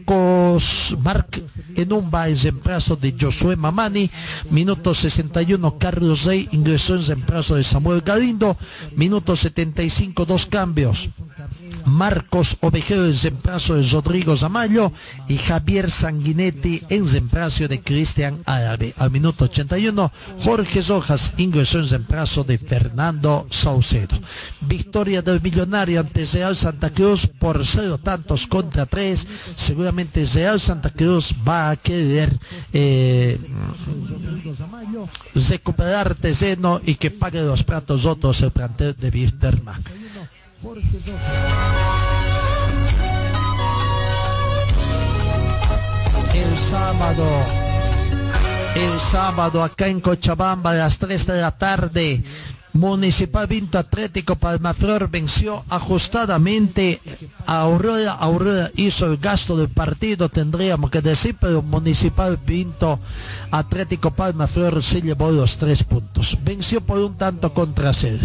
Enumba en reemplazo de Josué Mamani. Minuto 61 Carlos Rey ingresó en reemplazo de Samuel Galindo. Minuto 75 dos cambios: Marcos Ovejero en reemplazo de Rodrigo Zamayo y Javier Sanguinetti en reemplazo de Cristian Árabe. Al minuto 81 Jorge Rojas ingresó en reemplazo de Fernando Saucedo. Victoria del Millonario ante Real Santa Cruz por 0-3. Seguramente Real Santa Cruz va a querer recuperar terreno y que pague los platos rotos el plantel de Wisterman. El sábado acá en Cochabamba a las 3 de la tarde, Municipal Vinto Atlético Palmaflor venció ajustadamente a Aurora. Aurora hizo el gasto del partido, tendríamos que decir, pero Municipal Vinto Atlético Palmaflor se llevó los 3 puntos. Venció por un tanto contra cero.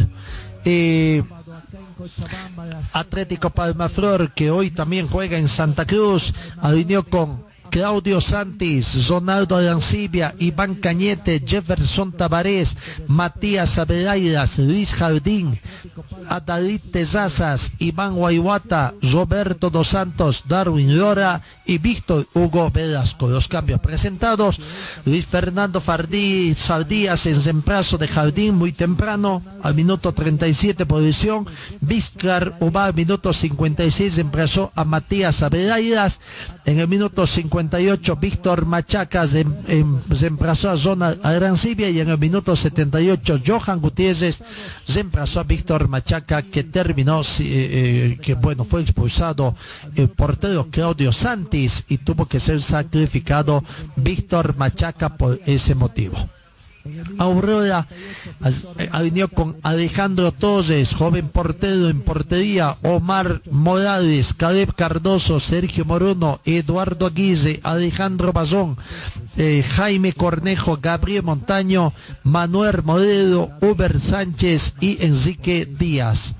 Atlético Palmaflor, que hoy también juega en Santa Cruz, alineó con Claudio Santis, Ronaldo Arancibia, Iván Cañete, Jefferson Tabarés, Matías Avelairas, Luis Jardín, Adalid Tezazas, Iván Guayuata, Roberto Dos Santos, Darwin Lora y Víctor Hugo Velasco. Los cambios presentados: Luis Fernando Saldías en reemplazo de Jardín muy temprano, al minuto 37 por lesión. Vizcar Uba al minuto 56 reemplazó a Matías Avelairas. En el minuto 58 Víctor Machacas reemplazó a Ronald Arancibia, y en el minuto 78 Johan Gutiérrez reemplazó a Víctor Machaca, que terminó, fue expulsado el portero Claudio Santis y tuvo que ser sacrificado Víctor Machaca por ese motivo. Aurora alineó con Alejandro Torres, joven portero en portería, Omar Morales, Caleb Cardoso, Sergio Moruno, Eduardo Aguirre, Alejandro Bazón, Jaime Cornejo, Gabriel Montaño, Manuel Moreno, Uber Sánchez y Enrique Díaz.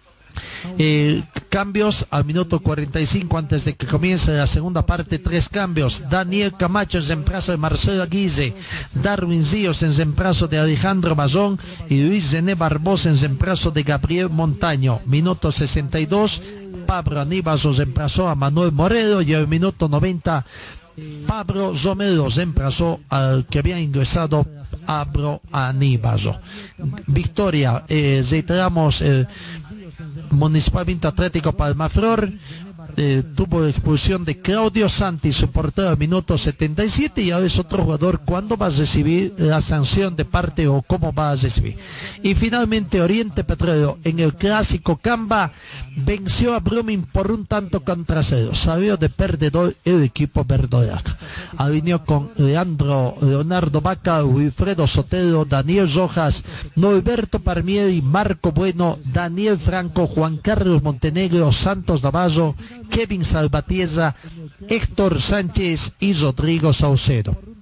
Cambios al minuto 45 antes de que comience la segunda parte: 3 cambios. Daniel Camacho en reemplazo de Marcelo Aguirre, Darwin Ríos en reemplazo de Alejandro Bazón y Luis René Barbosa en reemplazo de Gabriel Montaño. Minuto 62 Pablo Aníbazo reemplazó a Manuel Moreno, y al minuto 90 Pablo Romero reemplazó al que había ingresado Pablo Aníbazo. Victoria, reiteramos, Municipal Vinto Atlético Palmaflor tuvo la expulsión de Claudio Santis, su portero, al minuto 77, y ahora es otro jugador cuándo va a recibir la sanción de parte o cómo va a recibir. Y finalmente Oriente Petrolero en el clásico Camba venció a Brumming por un tanto contra cero. Salió de perdedor el equipo verdolaga. Alineó con Leonardo Vaca, Wilfredo Sotelo, Daniel Rojas, Norberto Parmieri, Marco Bueno, Daniel Franco, Juan Carlos Montenegro, Santos Navarro, Kevin Salvatierra, Héctor Sánchez y Rodrigo Saucedo.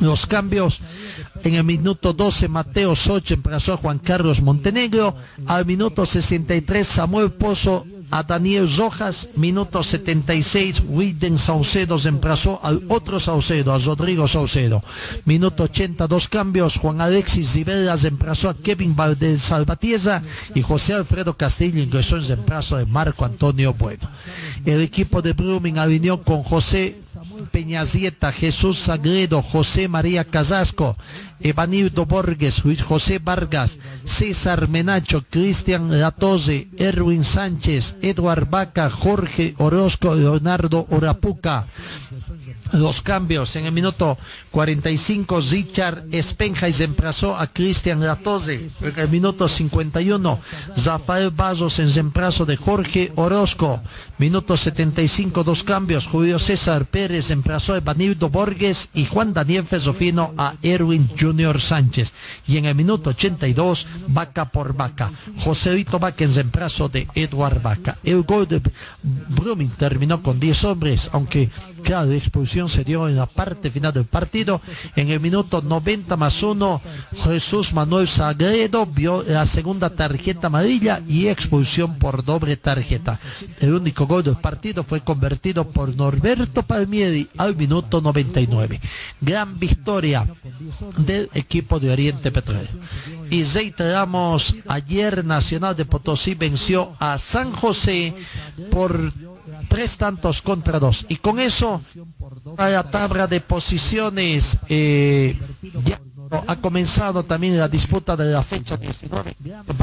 Los cambios: en el minuto 12 Mateo Soch reemplazó a Juan Carlos Montenegro, al minuto 63 Samuel Pozo a Daniel Rojas, minuto 76 Widen Saucedo reemplazó al otro Saucedo, a Rodrigo Saucedo, minuto 80 dos cambios: Juan Alexis Rivera reemplazó a Kevin Valdez Salvatierra y José Alfredo Castillo ingresó en reemplazo de Marco Antonio Bueno. El equipo de Blooming alineó con José Peñazieta, Jesús Sagredo, José María Casasco, Evanildo Borges, Luis José Vargas, César Menacho, Cristian Latoze, Erwin Sánchez, Eduard Vaca, Jorge Orozco, Leonardo Orapuca. Los cambios: en el minuto 45 Richard Espenja reemplazó a Cristian Latoze. En el minuto 51 Rafael Bazos en reemplazo de Jorge Orozco. Minuto 75 dos cambios: Julio César Pérez reemplazó a Evanildo Borges y Juan Daniel Fesofino a Erwin Junior Sánchez. Y en el minuto 82 Vaca por Vaca, Joséito Vaca en reemplazo de Eduard Vaca. El gol de Blooming terminó con 10 hombres, aunque claro, la expulsión se dio en la parte final del partido. En el minuto 90 más 1, Jesús Manuel Sagredo vio la segunda tarjeta amarilla y expulsión por doble tarjeta. El único gol del partido fue convertido por Norberto Palmieri al minuto 99. Gran victoria del equipo de Oriente Petrolero. Y reiteramos, ayer Nacional de Potosí venció a San José por 3-2 y con eso a la tabla de posiciones ya ha comenzado también la disputa de la fecha 19.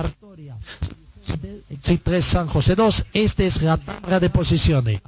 3 San José 2. Esta es la tabla de posiciones.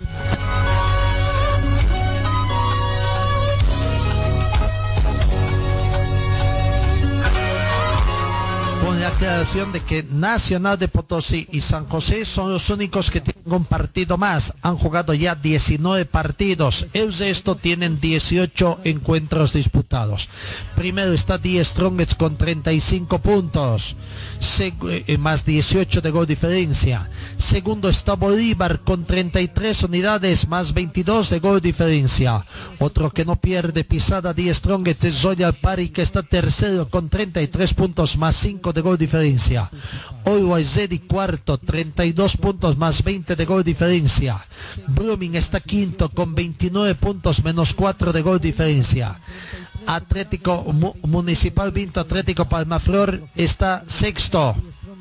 Con la aclaración de que Nacional de Potosí y San José son los únicos que tienen un partido más. Han jugado ya 19 partidos. El resto tienen 18 encuentros disputados. Primero está Die Strongets con 35 puntos, más 18 de gol diferencia. Segundo está Bolívar con 33 unidades, más 22 de gol diferencia. Otro que no pierde pisada Die Strongets es Royal Party, que está tercero con 33 puntos, más 5 de gol diferencia. Always Ready cuarto, 32 puntos más 20 de gol diferencia. Blooming está quinto con 29 puntos menos 4 de gol diferencia. Atlético Municipal Vinto Atlético Palmaflor está sexto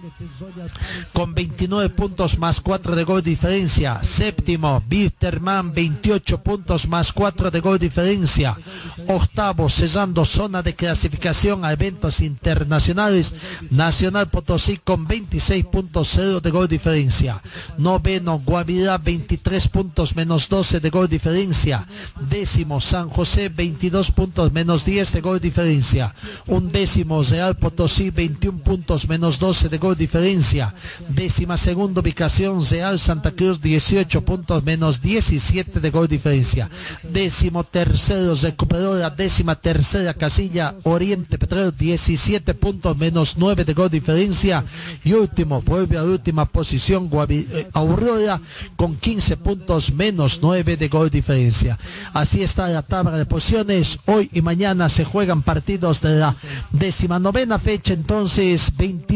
con 29 puntos más 4 de gol diferencia. Séptimo Wilterman, 28 puntos más 4 de gol diferencia. Octavo, cerrando zona de clasificación a eventos internacionales, Nacional Potosí con 26.0 de gol diferencia. Noveno Guavirá, 23 puntos menos 12 de gol diferencia. Décimo San José, 22 puntos menos 10 de gol diferencia. Undécimo Real Potosí, 21 puntos menos 12 de gol diferencia. Décima segunda ubicación Real Santa Cruz, 18 puntos menos 17 de gol diferencia. Décimo tercero recuperó la décima tercera casilla Oriente Petrolero, 17 puntos menos 9 de gol diferencia. Y último, vuelve a la última posición Aurora con 15 puntos menos 9 de gol diferencia. Así está la tabla de posiciones. Hoy y mañana se juegan partidos de la 19ª fecha, entonces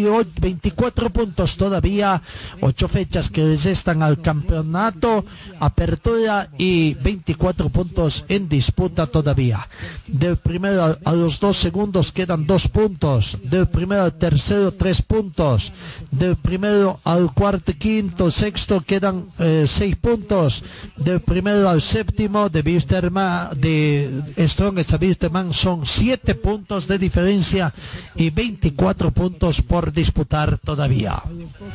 24 puntos todavía, 8 fechas que les restan al campeonato, apertura, y 24 puntos en disputa todavía. Del primero a los 2 segundos quedan 2 puntos, del primero al tercero 3 puntos, del primero al cuarto, quinto, sexto quedan 6 puntos, del primero al séptimo de Strongets a Wilterman son 7 puntos de diferencia y 24 puntos por disputar todavía.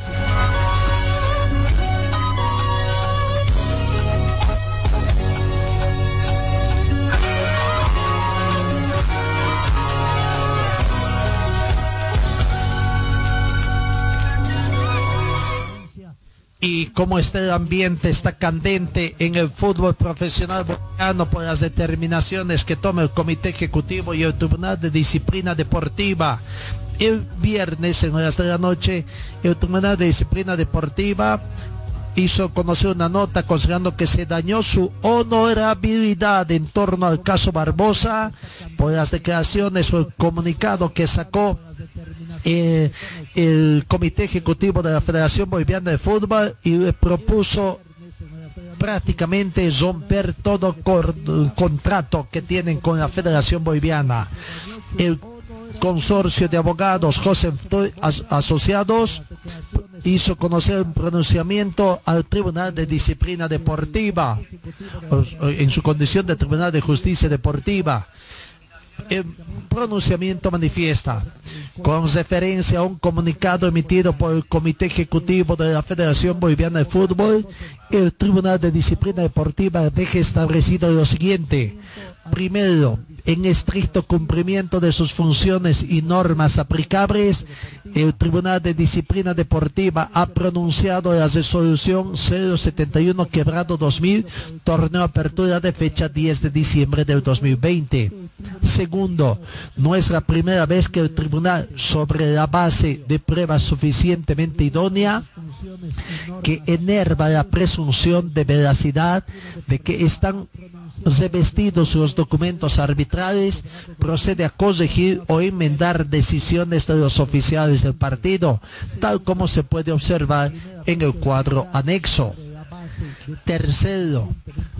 Y como está el ambiente, está candente en el fútbol profesional boliviano por las determinaciones que toma el Comité Ejecutivo y el Tribunal de Disciplina Deportiva. El viernes en horas de la noche, el Tribunal de Disciplina Deportiva hizo conocer una nota considerando que se dañó su honorabilidad en torno al caso Barbosa por las declaraciones o el comunicado que sacó el Comité Ejecutivo de la Federación Boliviana de Fútbol, y le propuso prácticamente romper todo contrato que tienen con la Federación Boliviana. El consorcio de abogados José Asociados hizo conocer un pronunciamiento al Tribunal de Disciplina Deportiva en su condición de Tribunal de Justicia Deportiva. El pronunciamiento manifiesta, con referencia a un comunicado emitido por el Comité Ejecutivo de la Federación Boliviana de Fútbol, el Tribunal de Disciplina Deportiva deja establecido lo siguiente. Primero, en estricto cumplimiento de sus funciones y normas aplicables, el Tribunal de Disciplina Deportiva ha pronunciado la resolución 071/2000, torneo apertura de fecha 10 de diciembre del 2020. Segundo, no es la primera vez que el Tribunal, sobre la base de pruebas suficientemente idónea, que enerva la presunción de veracidad de que están revestidos los documentos arbitrales, procede a corregir o enmendar decisiones de los oficiales del partido, tal como se puede observar en el cuadro anexo. Tercero,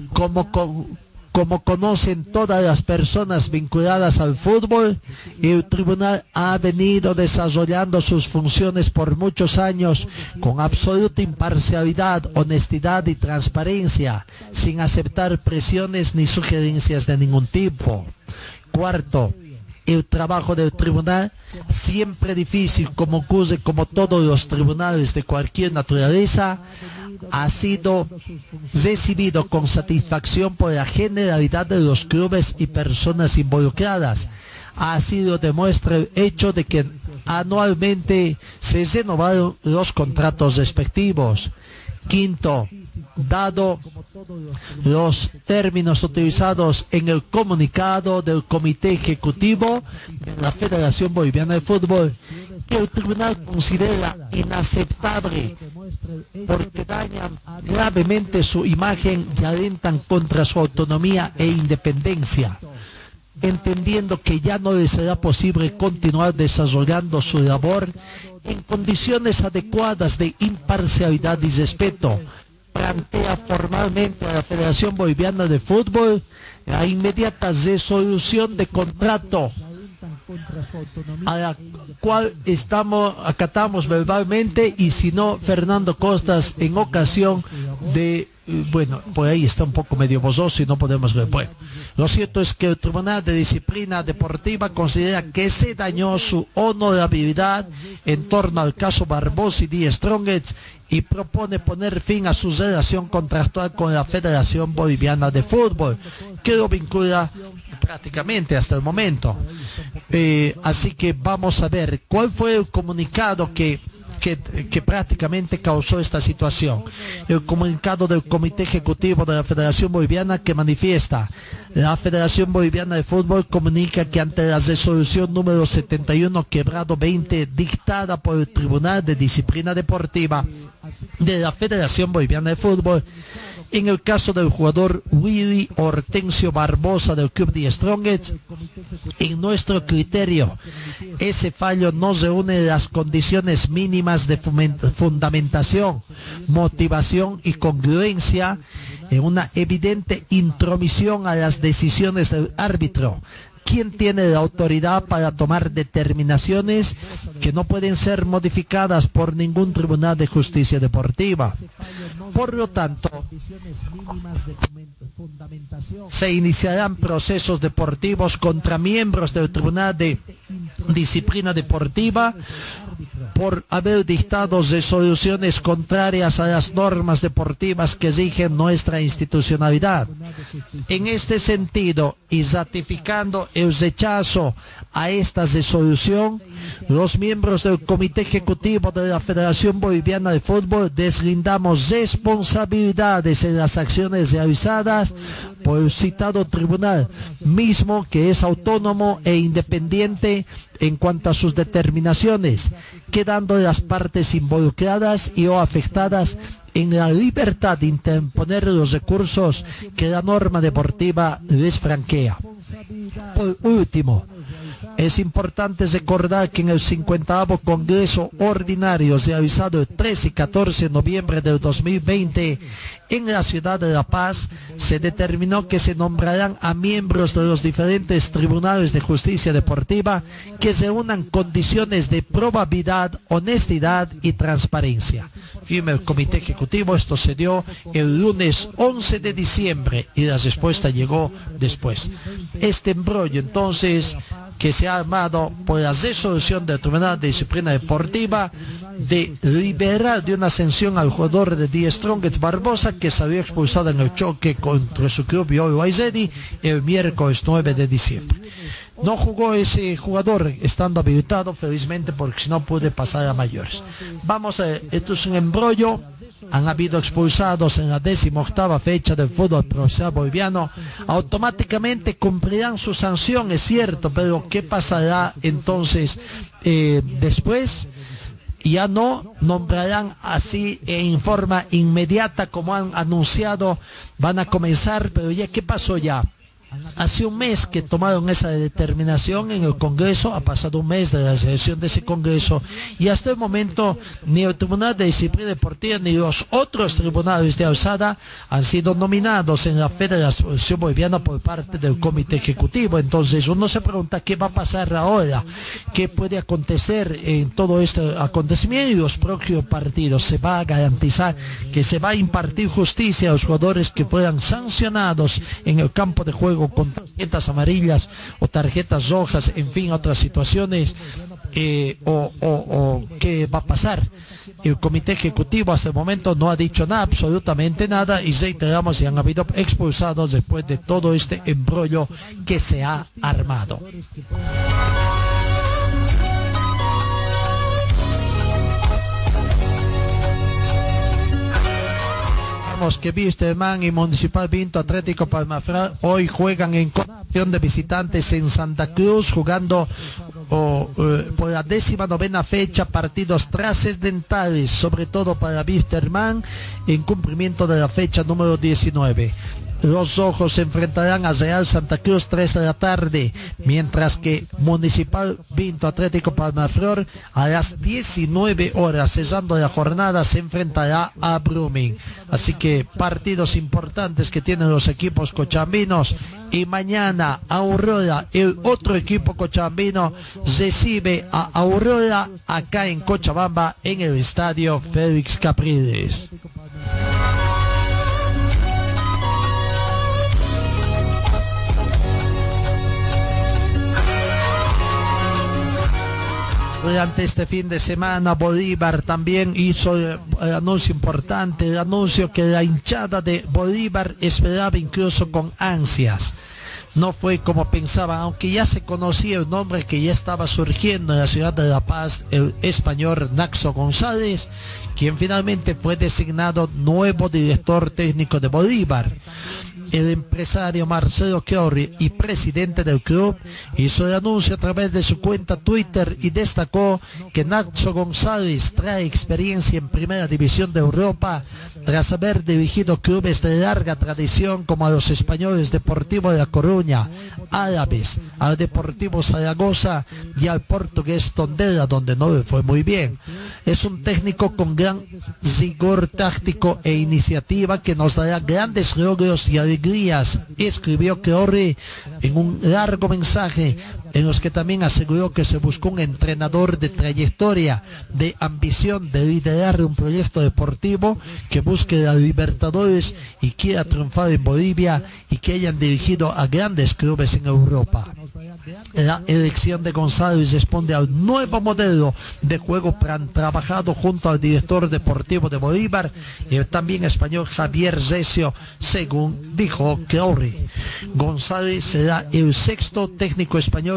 como conocen todas las personas vinculadas al fútbol, el tribunal ha venido desarrollando sus funciones por muchos años con absoluta imparcialidad, honestidad y transparencia, sin aceptar presiones ni sugerencias de ningún tipo. Cuarto, el trabajo del tribunal, siempre difícil como ocurre como todos los tribunales de cualquier naturaleza, ha sido recibido con satisfacción por la generalidad de los clubes y personas involucradas. Ha sido demuestra el hecho de que anualmente se renovaron los contratos respectivos. Quinto, dado los términos utilizados en el comunicado del Comité Ejecutivo de la Federación Boliviana de Fútbol, que el tribunal considera inaceptable porque dañan gravemente su imagen y atentan contra su autonomía e independencia, entendiendo que ya no les será posible continuar desarrollando su labor en condiciones adecuadas de imparcialidad y respeto, plantea formalmente a la Federación Boliviana de Fútbol la inmediata resolución de contrato, a la cual acatamos verbalmente, y si no, Fernando Costas en ocasión de, bueno, por ahí está un poco medio borroso y no podemos ver. Bueno, lo cierto es que el Tribunal de Disciplina Deportiva considera que se dañó su honorabilidad en torno al caso Barbosa y Die Strongets y propone poner fin a su relación contractual con la Federación Boliviana de Fútbol, que lo vincula prácticamente hasta el momento. Así que vamos a ver cuál fue el comunicado que prácticamente causó esta situación. El comunicado del Comité Ejecutivo de la Federación Boliviana, que manifiesta: la Federación Boliviana de Fútbol comunica que ante la resolución número 71/20 dictada por el Tribunal de Disciplina Deportiva de la Federación Boliviana de Fútbol, en el caso del jugador Willy Hortensio Barbosa del Club Die Strongets, en nuestro criterio, ese fallo no reúne las condiciones mínimas de fundamentación, motivación y congruencia, en una evidente intromisión a las decisiones del árbitro, quien tiene la autoridad para tomar determinaciones que no pueden ser modificadas por ningún tribunal de justicia deportiva. Por lo tanto, se iniciarán procesos deportivos contra miembros del Tribunal de Disciplina Deportiva por haber dictado resoluciones contrarias a las normas deportivas que rigen nuestra institucionalidad. En este sentido, y ratificando el rechazo a esta resolución, los miembros del Comité Ejecutivo de la Federación Boliviana de Fútbol deslindamos responsabilidades en las acciones realizadas por el citado tribunal, mismo que es autónomo e independiente en cuanto a sus determinaciones, quedando las partes involucradas y o afectadas en la libertad de interponer los recursos que la norma deportiva les franquea. Por último, es importante recordar que en el 50º Congreso Ordinario realizado el 13 y 14 de noviembre del 2020 en la ciudad de La Paz, se determinó que se nombrarán a miembros de los diferentes tribunales de justicia deportiva que se unan condiciones de probabilidad, honestidad y transparencia. Firma el Comité Ejecutivo. Esto se dio el lunes 11 de diciembre y la respuesta llegó después. Este embrollo, entonces, que se ha armado por la resolución del Tribunal de Disciplina Deportiva de liberar de una sanción al jugador de Die Strongest Barbosa, que salió expulsado en el choque contra su club Yoyo Aizedi el miércoles 9 de diciembre. No jugó ese jugador estando habilitado, felizmente, porque si no puede pasar a mayores. Vamos a ver, esto es un embrollo. Han habido expulsados en la 18ª fecha del fútbol profesional boliviano. Automáticamente cumplirán su sanción, es cierto, pero ¿qué pasará entonces después? Ya no nombrarán así en forma inmediata como han anunciado, van a comenzar, pero ya ¿qué pasó ya? Hace un mes que tomaron esa determinación en el Congreso, ha pasado un mes de la selección de ese Congreso y hasta el momento ni el Tribunal de Disciplina Deportiva ni los otros tribunales de alzada han sido nominados en la Federación Boliviana por parte del Comité Ejecutivo. Entonces uno se pregunta qué va a pasar ahora, qué puede acontecer en todo este acontecimiento y los próximos partidos. Se va a garantizar que se va a impartir justicia a los jugadores que puedan sancionados en el campo de juego con tarjetas amarillas o tarjetas rojas, en fin, otras situaciones, o qué va a pasar. El Comité Ejecutivo hasta el momento no ha dicho nada, absolutamente nada, y reiteramos, si han habido expulsados después de todo este embrollo que se ha armado. Que Wisterman y Municipal Vinto Atlético Palmaflor hoy juegan en condición de visitantes en Santa Cruz, jugando por la 19ª fecha partidos trascendentales, sobre todo para Wisterman, en cumplimiento de la fecha número 19. Los Rojos se enfrentarán a Real Santa Cruz 3 de la tarde, mientras que Municipal Vinto Atlético Palmaflor a las 19 horas, cesando la jornada, se enfrentará a Blooming. Así que partidos importantes que tienen los equipos cochabambinos. Y mañana Aurora, el otro equipo cochabambino, recibe a Aurora acá en Cochabamba en el estadio Félix Capriles. Durante este fin de semana Bolívar también hizo el anuncio importante, el anuncio que la hinchada de Bolívar esperaba incluso con ansias. No fue como pensaban, aunque ya se conocía el nombre que ya estaba surgiendo en la ciudad de La Paz, el español Naxo González, quien finalmente fue designado nuevo director técnico de Bolívar. El empresario Marcelo Chiorri y presidente del club hizo el anuncio a través de su cuenta Twitter y destacó que Naxo González trae experiencia en Primera División de Europa tras haber dirigido clubes de larga tradición como a los Españoles Deportivo de La Coruña, Árabes, al Deportivo Zaragoza y al Portugués Tondela, donde no le fue muy bien. Es un técnico con gran rigor táctico e iniciativa que nos dará grandes logros y alegrías, escribió Chiorri en un largo mensaje en los que también aseguró que se buscó un entrenador de trayectoria, de ambición, de liderar un proyecto deportivo que busque la Libertadores y quiera triunfar en Bolivia y que hayan dirigido a grandes clubes en Europa. La elección de González responde al nuevo modelo de juego trabajado junto al director deportivo de Bolívar y el también español Javier Recio, según dijo Chiorri. González será el sexto técnico español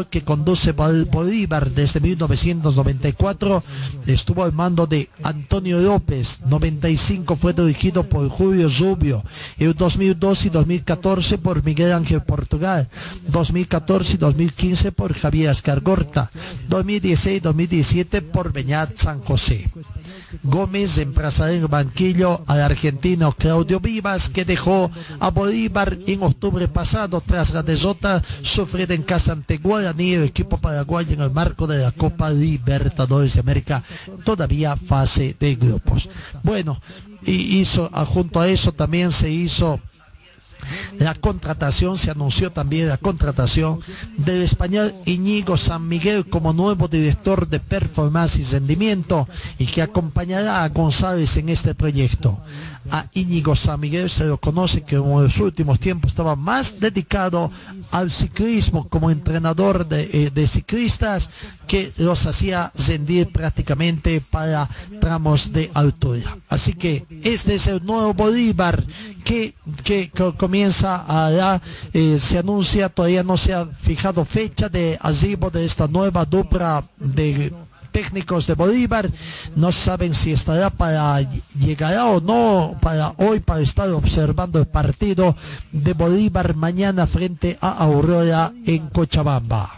motor que conduce Bolívar desde 1994 estuvo al mando de Antonio López. 95 fue dirigido por Julio Rubio. En 2002 y 2014 por Miguel Ángel Portugal. 2014 y 2015 por Javier Escargorta. 2016 y 2017 por Beñat San José. Gómez reemplazará en el banquillo al argentino Claudio Vivas, que dejó a Bolívar en octubre pasado tras la derrota sufrida en casa ante Guaraní, el equipo paraguayo, en el marco de la Copa Libertadores de América, todavía fase de grupos. Bueno, y junto a eso también se hizo la contratación, se anunció también la contratación del español Íñigo San Miguel como nuevo director de performance y rendimiento, y que acompañará a González en este proyecto. A Íñigo San Miguel se lo conoce que en los últimos tiempos estaba más dedicado al ciclismo como entrenador de ciclistas, que los hacía rendir prácticamente para tramos de altura. Así que este es el nuevo Bolívar que comienza se anuncia, todavía no se ha fijado fecha de arribo de esta nueva dupla de técnicos de Bolívar. No saben si llegará o no para hoy, para estar observando el partido de Bolívar mañana frente a Aurora en Cochabamba.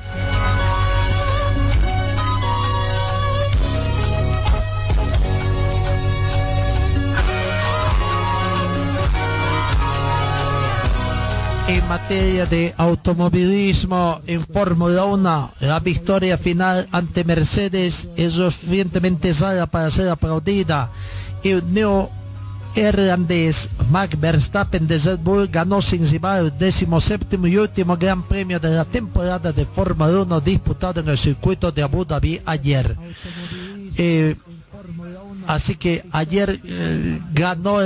En materia de automovilismo, en Fórmula 1, la victoria final ante Mercedes es lo suficientemente rara para ser aplaudida. El neozelandés Max Verstappen de Red Bull ganó sin rival el 17º y último gran premio de la temporada de Fórmula 1 disputado en el circuito de Abu Dhabi ayer. Así que ayer ganó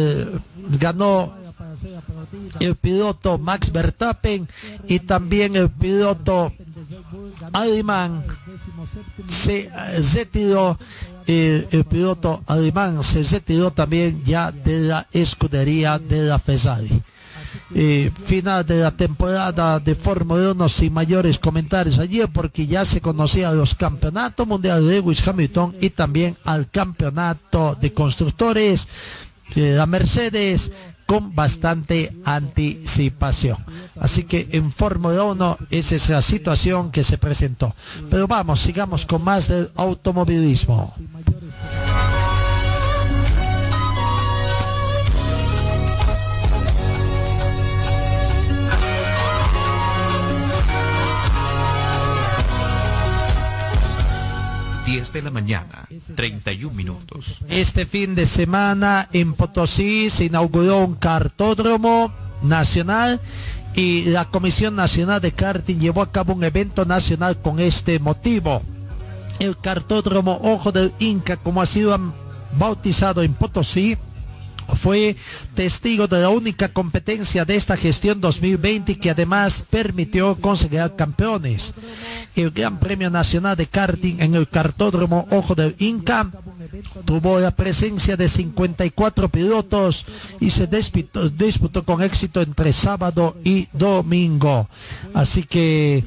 el piloto Max Verstappen, y también el piloto alemán se retiró. El piloto alemán se retiró también ya de la escudería de la Ferrari. Final de la temporada de Fórmula 1 sin mayores comentarios ayer, porque ya se conocían los campeonatos mundiales de Lewis Hamilton y también al campeonato de constructores de la Mercedes, con bastante anticipación. Así que en Fórmula 1 esa es la situación que se presentó. Pero vamos, sigamos con más del automovilismo. 10 de la mañana, 31 minutos. Este fin de semana en Potosí se inauguró un kartódromo nacional, y la Comisión Nacional de Karting llevó a cabo un evento nacional con este motivo. El kartódromo Ojo del Inca, como ha sido bautizado en Potosí, fue testigo de la única competencia de esta gestión 2020, que además permitió conseguir campeones. El Gran Premio Nacional de Karting en el kartódromo Ojo del Inca tuvo la presencia de 54 pilotos y se disputó con éxito entre sábado y domingo. Así que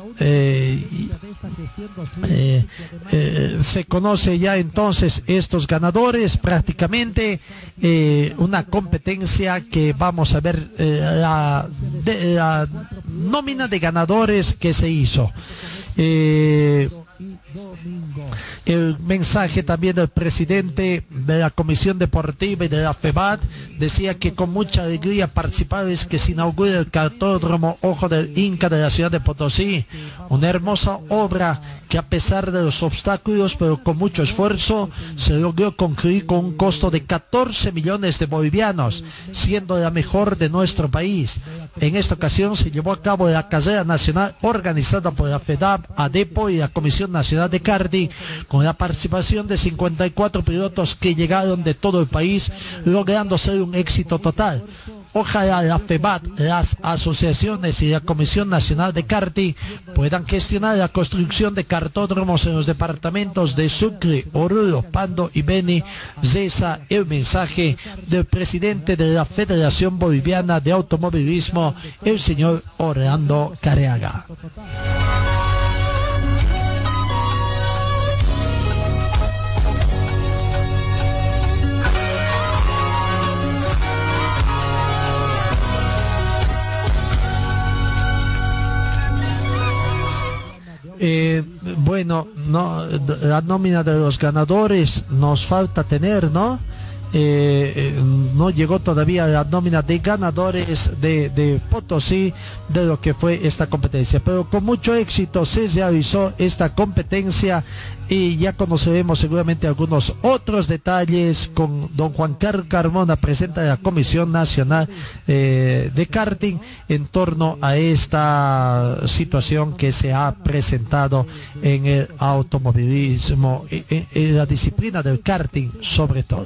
se conoce ya entonces estos ganadores prácticamente. Una competencia que vamos a ver la nómina de ganadores que se hizo. El mensaje también del presidente de la Comisión Deportiva y de la FEBAT decía que con mucha alegría participar es que se inaugura el kartódromo Ojo del Inca de la ciudad de Potosí, una hermosa obra que, a pesar de los obstáculos, pero con mucho esfuerzo, se logró concluir con un costo de 14 millones de bolivianos, siendo la mejor de nuestro país. En esta ocasión se llevó a cabo la carrera nacional organizada por la FEDAP, ADEPO y la Comisión Nacional de Karting, con la participación de 54 pilotos que llegaron de todo el país, logrando ser un éxito total. ojalá la FEBAT, las asociaciones y la Comisión Nacional de Karting puedan gestionar la construcción de cartódromos en los departamentos de Sucre, Oruro, Pando y Beni. Cesa el mensaje del presidente de la Federación Boliviana de Automovilismo, el señor Orlando Careaga. Bueno, no, la nómina de los ganadores nos falta tener, ¿no? No llegó todavía la nómina de ganadores de Potosí de lo que fue esta competencia, pero con mucho éxito se realizó esta competencia y ya conoceremos seguramente algunos otros detalles con don Juan Carlos Carmona, presidente de la Comisión Nacional de Karting, en torno a esta situación que se ha presentado en el automovilismo, en la disciplina del karting sobre todo.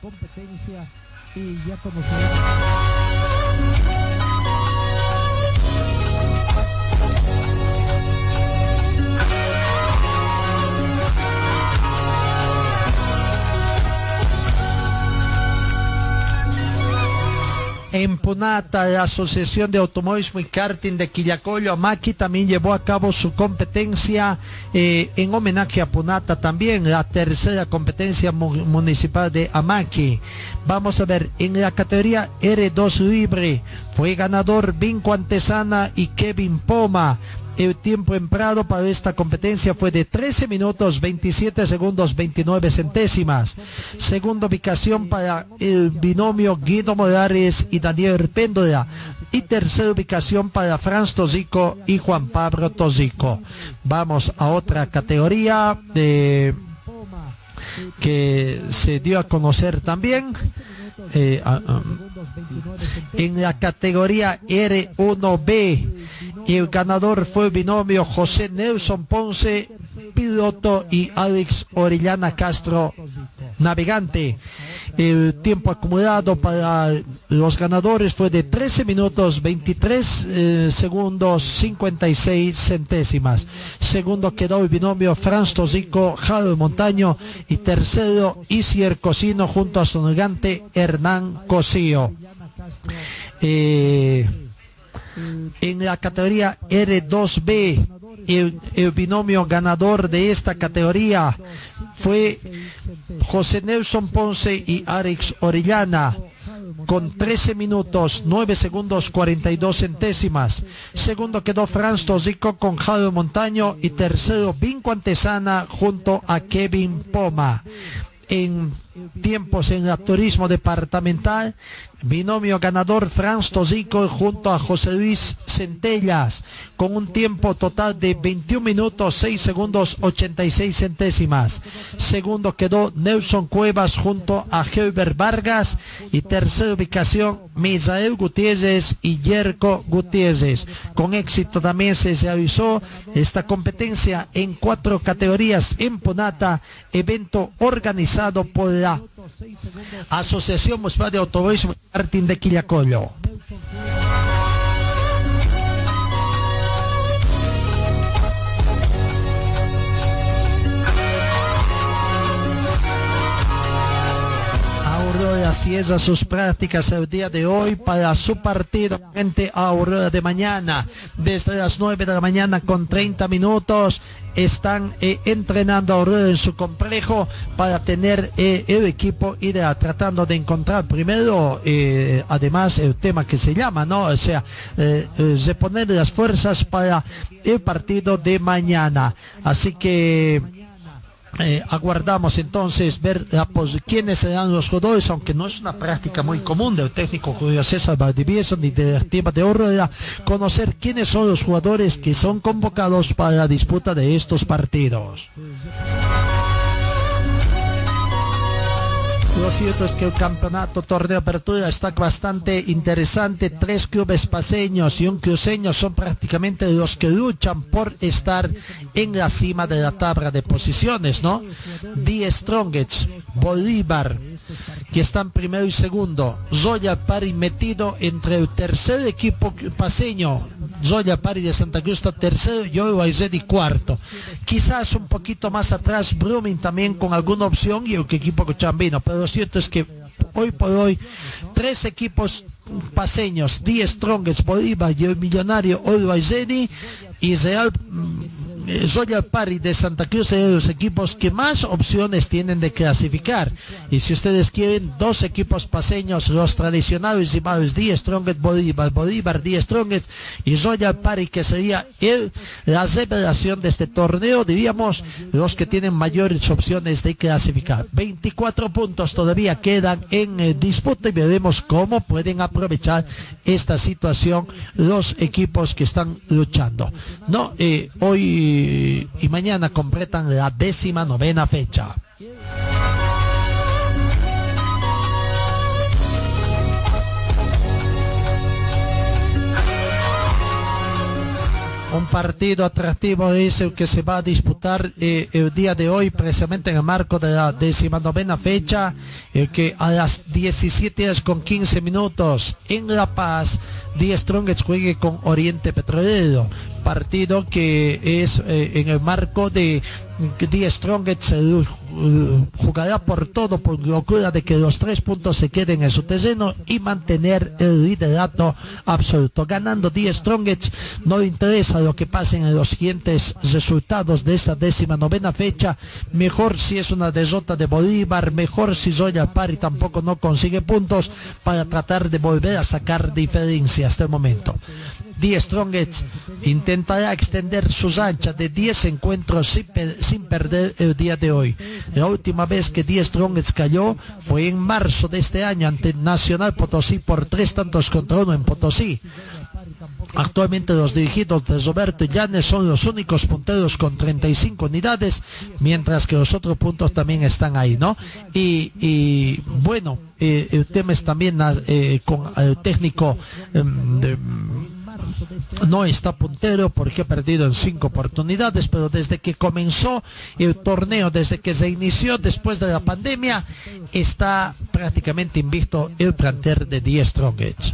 En Punata, la Asociación de Automovilismo y Karting de Quillacollo, AMAKI, también llevó a cabo su competencia en homenaje a Punata, también la tercera competencia municipal de AMAKI. Vamos a ver, en la categoría R2 libre fue ganador Vinco Antesana y Kevin Poma. El tiempo empleado para esta competencia fue de 13 minutos 27 segundos 29 centésimas. Segunda ubicación para el binomio Guido Morales y Daniel Péndola. Y tercera ubicación para Franz Tosico y Juan Pablo Tosico. Vamos a otra categoría que se dio a conocer también. En la categoría R1B, el ganador fue el binomio José Nelson Ponce, piloto, y Alex Orellana Castro, navegante. El tiempo acumulado para los ganadores fue de 13 minutos 23 segundos 56 centésimas. Segundo quedó el binomio Franz Tosico, Jaro Montaño, y tercero Isier Cosino junto a su navegante Hernán Cosío. En la categoría R2B, el binomio ganador de esta categoría fue José Nelson Ponce y Alex Orellana, con 13 minutos 9 segundos 42 centésimas. Segundo quedó Franz Tosico con Jaro Montaño y tercero Vinco Antesana junto a Kevin Poma. En tiempos en el turismo departamental, binomio ganador Franz Tosico junto a José Luis Centellas, con un tiempo total de 21 minutos 6 segundos 86 centésimas. Segundo quedó Nelson Cuevas junto a Herbert Vargas, y tercera ubicación Misael Gutiérrez y Yerko Gutiérrez. Con éxito también se realizó esta competencia en 4 categorías en Punata, evento organizado por la Asociación Municipal de Automovilismo y Karting de Quillacollo. Aurora cierra sus prácticas el día de hoy para su partido frente a Aurora de mañana. Desde las 9 de la mañana con 30 minutos están entrenando a Aurora en su complejo para tener el equipo ideal, tratando de encontrar primero, además, el tema que se llama, ¿no? O sea, reponer las fuerzas para el partido de mañana. Así que aguardamos entonces ver quiénes serán los jugadores, aunque no es una práctica muy común del técnico Julio César Valdivieso ni de la directiva de Aurora conocer quiénes son los jugadores que son convocados para la disputa de estos partidos. Lo cierto es que el campeonato torneo apertura está bastante interesante. 3 clubes paseños y un cruceño son prácticamente los que luchan por estar en la cima de la tabla de posiciones, ¿no? The Strongest, Bolívar que están primero y segundo. Royal Party metido entre el tercer equipo paseño. Royal Party de Santa Cruz está tercero y Always Ready cuarto. Quizás un poquito más atrás Blooming también con alguna opción y el equipo Cochabambino, pero lo cierto es que hoy por hoy 3 equipos paseños, The Strongest, Bolívar y el Millonario Always Ready y Royal Party de Santa Cruz es de los equipos que más opciones tienen de clasificar. Y si ustedes quieren, 2 equipos paseños, los tradicionales rivales, The Strongest Bolívar, The Strongest y Royal Party, que sería la revelación de este torneo, diríamos, los que tienen mayores opciones de clasificar. 24 puntos todavía quedan en disputa y veremos cómo pueden aprovechar esta situación los equipos que están luchando. Hoy y mañana completan la 19ª fecha. Un partido atractivo es el que se va a disputar el día de hoy, precisamente en el marco de la 19ª fecha, que a las 17:15 en La Paz, The Strongest juegue con Oriente Petrolero. Partido que es en el marco de The Strongest jugará por todo, por locura de que los 3 puntos se queden en su terreno y mantener el liderato absoluto. Ganando The Strongest, no le interesa lo que pasen en los siguientes resultados de esta 19ª fecha. Mejor si es una derrota de Bolívar, mejor si Royal Party tampoco no consigue puntos, para tratar de volver a sacar diferencia hasta el momento. The Strongest intentará extender su racha de 10 encuentros sin perder el día de hoy. La última vez que The Strongest cayó fue en marzo de este año ante Nacional Potosí por 3-1 en Potosí. Actualmente los dirigidos de Roberto Llanes son los únicos punteros con 35 unidades, mientras que los otros puntos también están ahí, ¿no? Y bueno, el tema es también con el técnico no está puntero porque ha perdido en 5 oportunidades, pero desde que comenzó el torneo, desde que se inició después de la pandemia, está prácticamente invicto el plantel de The Strongest.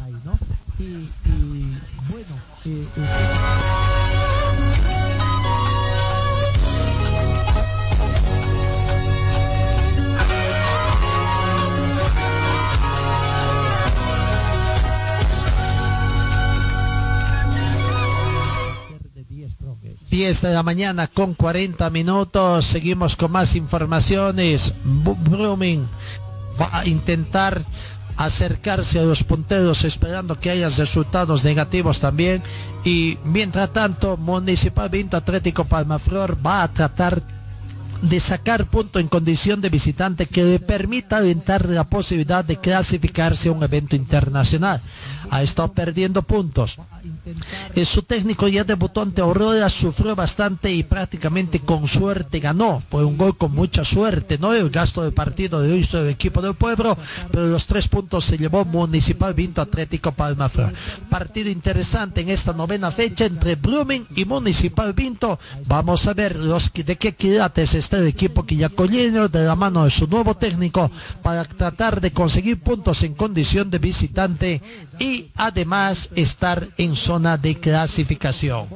Diez de la mañana con 40 minutos. Seguimos con más informaciones. Blooming va a intentar acercarse a los punteros esperando que haya resultados negativos también, y mientras tanto Municipal Vinto Atlético Palmaflor va a tratar de sacar punto en condición de visitante que le permita alentar la posibilidad de clasificarse a un evento internacional. Ha estado perdiendo puntos. Su técnico ya debutó ante Aurora, sufrió bastante y prácticamente con suerte ganó. Fue un gol con mucha suerte, ¿no? El gasto de partido de hoy del equipo del pueblo, pero los 3 puntos se llevó Municipal Vinto Atlético Palmaflor. Partido interesante en esta 9ª fecha entre Blooming y Municipal Vinto. Vamos a ver de qué quilates está el equipo quillacolleño de la mano de su nuevo técnico para tratar de conseguir puntos en condición de visitante y además estar en zona de clasificación.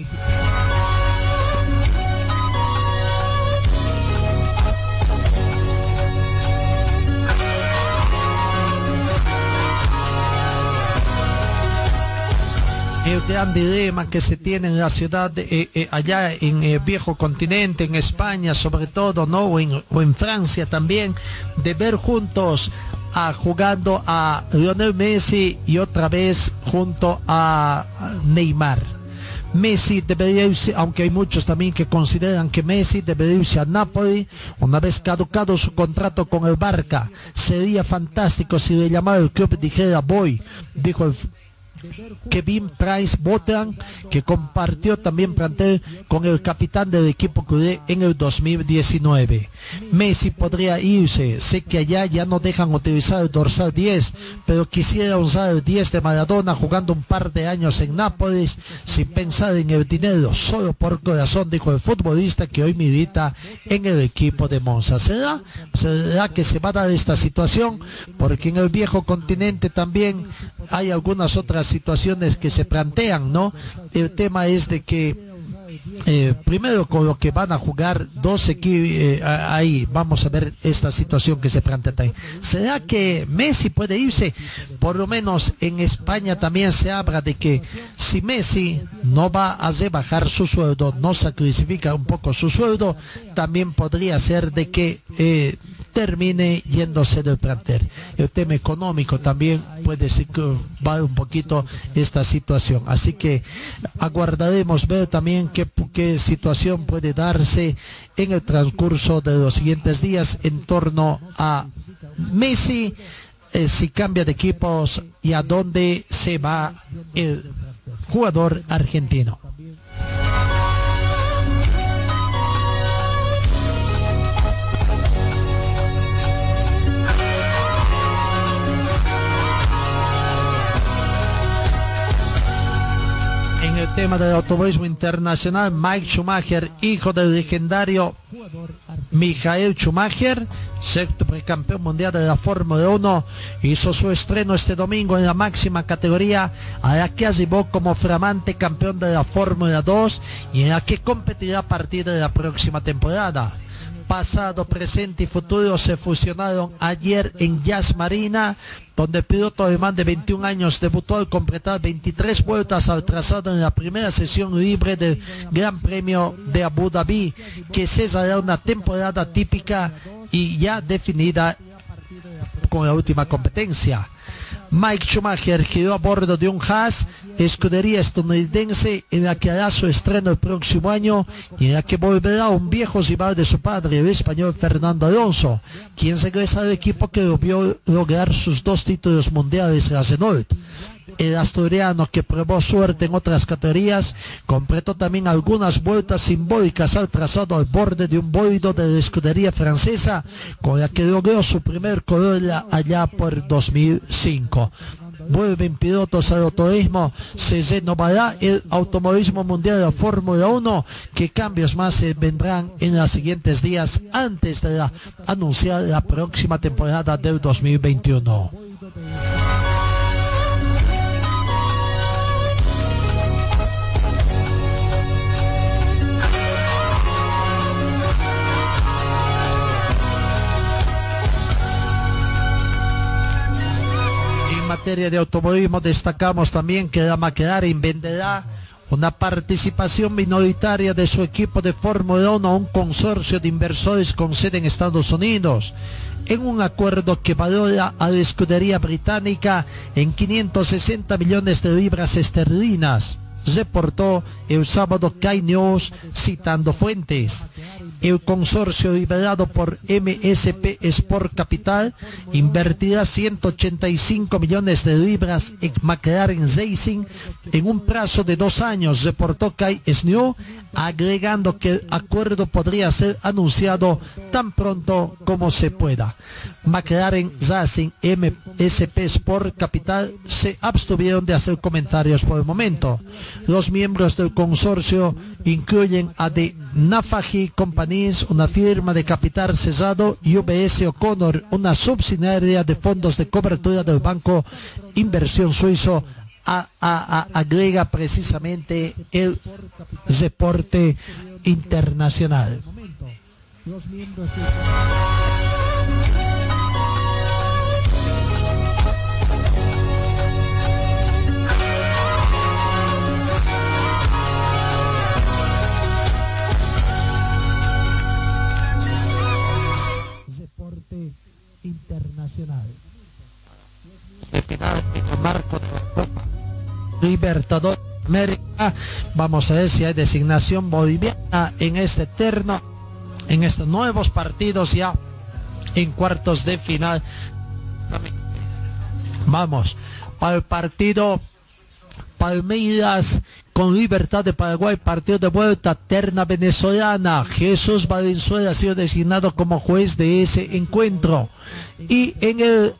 El gran dilema que se tiene en la ciudad, allá en el viejo continente, en España sobre todo, ¿no? o en Francia también, de ver juntos jugando a Lionel Messi y otra vez junto a Neymar. Messi debería irse, aunque hay muchos también que consideran que Messi debería irse a Napoli una vez caducado su contrato con el Barça. Sería fantástico si le llamara el club y dijera voy, dijo el Kevin Price Boateng, que compartió también plantel con el capitán del equipo culé en el 2019. Messi podría irse. Sé que allá ya no dejan utilizar el dorsal 10, pero quisiera usar el 10 de Maradona jugando un par de años en Nápoles sin pensar en el dinero, solo por corazón, dijo el futbolista que hoy milita en el equipo de Monza. ¿Será que se va a dar esta situación? Porque en el viejo continente también hay algunas otras situaciones que se plantean, ¿no? El tema es de que primero con lo que van a jugar dos equipos, ahí vamos a ver esta situación que se plantea ahí. ¿Será que Messi puede irse? Por lo menos en España también se habla de que si Messi no va a rebajar su sueldo, no sacrifica un poco su sueldo, también podría ser de que termine yéndose del plantel. El tema económico también puede ser que va un poquito esta situación, así que aguardaremos ver también qué situación puede darse en el transcurso de los siguientes días en torno a Messi, si cambia de equipos y a dónde se va el jugador argentino. En el tema del automovilismo internacional, Mike Schumacher, hijo del legendario Michael Schumacher, séptimo campeón mundial de la Fórmula 1, hizo su estreno este domingo en la máxima categoría, a la que arribó como flamante campeón de la Fórmula 2 y en la que competirá a partir de la próxima temporada. Pasado, presente y futuro se fusionaron ayer en Yas Marina, donde el piloto alemán de 21 años debutó al completar 23 vueltas al trazado en la primera sesión libre del Gran Premio de Abu Dhabi, que cesará una temporada típica y ya definida con la última competencia. Mike Schumacher giró a bordo de un Haas, escudería estadounidense en la que hará su estreno el próximo año y en la que volverá un viejo rival de su padre, el español Fernando Alonso, quien regresa al equipo que lo vio lograr sus 2 títulos mundiales en la Renault. El asturiano, que probó suerte en otras categorías, completó también algunas vueltas simbólicas al trazado al borde de un boido de la escudería francesa, con la que logró su primer corona allá por 2005. Vuelven pilotos al automovilismo, se renovará el automovilismo mundial de la Fórmula 1, que cambios más se vendrán en los siguientes días antes de anunciar la próxima temporada del 2021. En materia de automovilismo destacamos también que la McLaren venderá una participación minoritaria de su equipo de Fórmula 1 a un consorcio de inversores con sede en Estados Unidos, en un acuerdo que valora a la escudería británica en 560 millones de libras esterlinas, reportó el sábado Sky News citando fuentes. El consorcio liderado por MSP Sport Capital invertirá 185 millones de libras en McLaren Racing en un plazo de 2 años, reportó Sky News, agregando que el acuerdo podría ser anunciado tan pronto como se pueda. McLaren Racing, MSP Sport Capital se abstuvieron de hacer comentarios por el momento. Los miembros del consorcio incluyen a The Nafaji Companies, una firma de capital cesado, y UBS O'Connor, una subsidiaria de fondos de cobertura del banco inversión suizo, agrega precisamente el reporte internacional. Los miembros reporte internacional. De final en marco de la Copa Libertadores de América, vamos a ver si hay designación boliviana en este terno, en estos nuevos partidos ya en cuartos de final. Vamos para el partido Palmeiras con Libertad de Paraguay, partido de vuelta, terna venezolana. Jesús Valenzuela ha sido designado como juez de ese encuentro. Y en el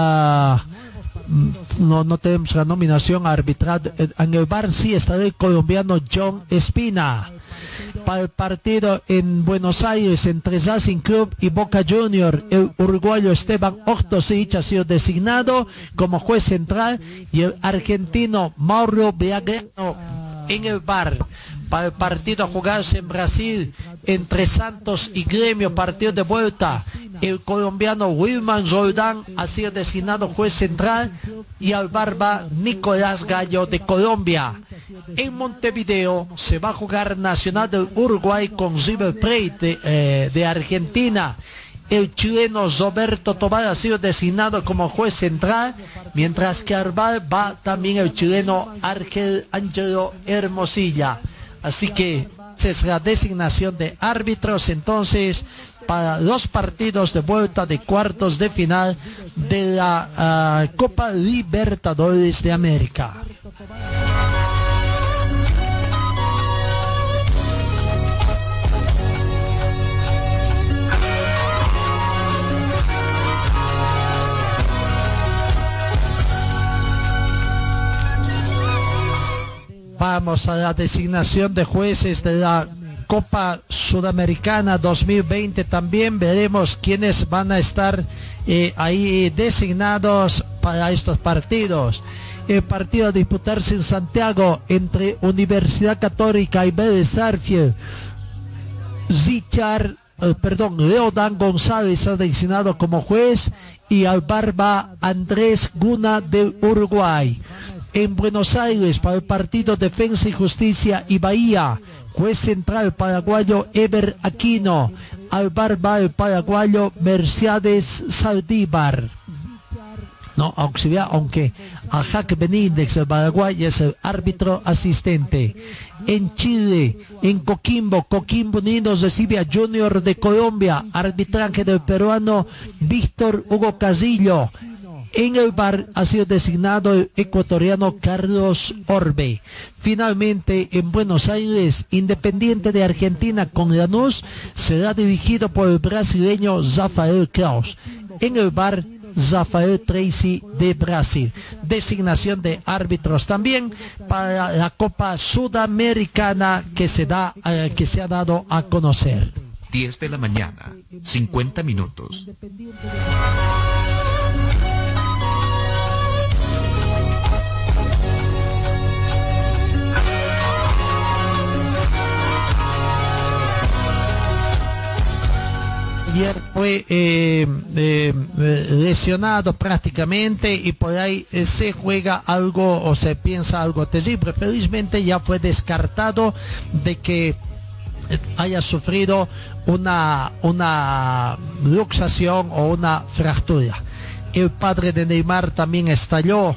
no tenemos la nominación arbitral. En el VAR sí estará el colombiano John Espina. Para el partido en Buenos Aires entre Racing Club y Boca Junior, el uruguayo Esteban Ortosic ha sido designado como juez central y el argentino Mauro Viagrano en el VAR. Para el partido a jugarse en Brasil entre Santos y Gremio, partido de vuelta, el colombiano Wilman Roldán ha sido designado juez central y al VAR va Nicolás Gallo de Colombia. En Montevideo se va a jugar Nacional del Uruguay con River Plate de Argentina. El chileno Roberto Tobar ha sido designado como juez central, mientras que al VAR va también el chileno Ángelo Hermosilla. Así que esa es la designación de árbitros entonces para los partidos de vuelta de cuartos de final de la Copa Libertadores de América. Vamos a la designación de jueces de la Copa Sudamericana 2020. También veremos quiénes van a estar ahí designados para estos partidos. El partido a disputarse en Santiago entre Universidad Católica y Vélez Sarsfield. Leodan González ha designado como juez y al VAR va Andrés Guna del Uruguay. En Buenos Aires para el partido Defensa y Justicia y Bahía, juez central paraguayo Ever Aquino, al VAR va el paraguayo Mercedes Saldívar. No, auxiliar, aunque Ajac Benítez del Paraguay es el árbitro asistente. En Chile, en Coquimbo Unidos recibe a Junior de Colombia, arbitraje del peruano Víctor Hugo Casillo. En el VAR ha sido designado el ecuatoriano Carlos Orbe. Finalmente, en Buenos Aires, Independiente de Argentina con Lanús será dirigido por el brasileño Rafael Kraus. En el VAR, Rafael Tracy de Brasil. Designación de árbitros también para la Copa Sudamericana que se ha dado a conocer. 10 de la mañana, 50 minutos. Ayer fue lesionado prácticamente y por ahí se juega algo o se piensa algo terrible. Felizmente ya fue descartado de que haya sufrido una luxación o una fractura. El padre de Neymar también estalló,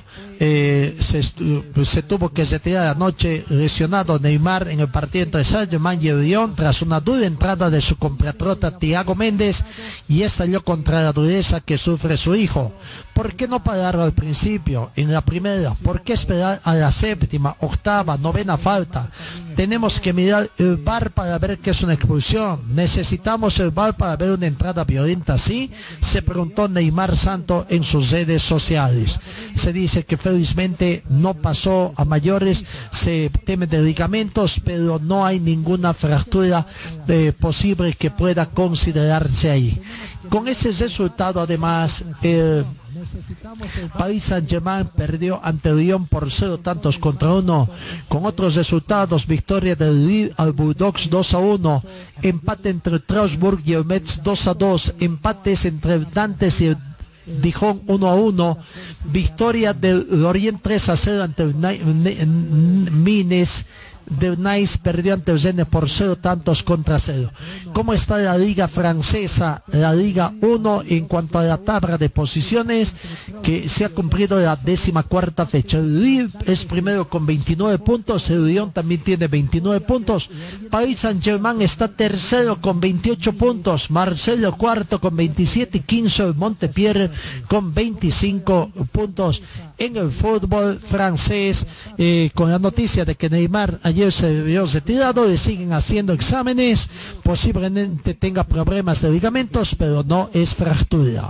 se tuvo que retirar anoche lesionado Neymar en el partido entre Saint-Germain y el Lyon tras una dura entrada de su compatriota Thiago Méndez y estalló contra la dureza que sufre su hijo. ¿Por qué no pararlo al principio, en la primera? ¿Por qué esperar a la séptima, octava, novena falta? Tenemos que mirar el VAR para ver que es una expulsión. ¿Necesitamos el VAR para ver una entrada violenta así? Se preguntó Neymar Santos en sus redes sociales. Se dice que felizmente no pasó a mayores, se teme de ligamentos, pero no hay ninguna fractura posible que pueda considerarse ahí. Con ese resultado, además, Paris Saint-Germain perdió ante el Lyon por 0-1. Con otros resultados: victoria del Lille al Bulldogs 2-1, empate entre Strasbourg y el Metz 2-2, empates entre el Nantes y el Dijon 1-1, victoria del Lorient 3-0 ante el Mines de Nice perdió ante Eugene por 0-0. ¿Cómo está la liga francesa? La liga 1 en cuanto a la tabla de posiciones, que se ha cumplido la 14ª fecha. El Lille es primero con 29 puntos, el Lyon también tiene 29 puntos, Paris Saint-Germain está tercero con 28 puntos, Marsella cuarto con 27 y 15 Montpellier con 25 puntos. En el fútbol francés, con la noticia de que Neymar ayer se vio retirado, le siguen haciendo exámenes, posiblemente tenga problemas de ligamentos, pero no es fractura.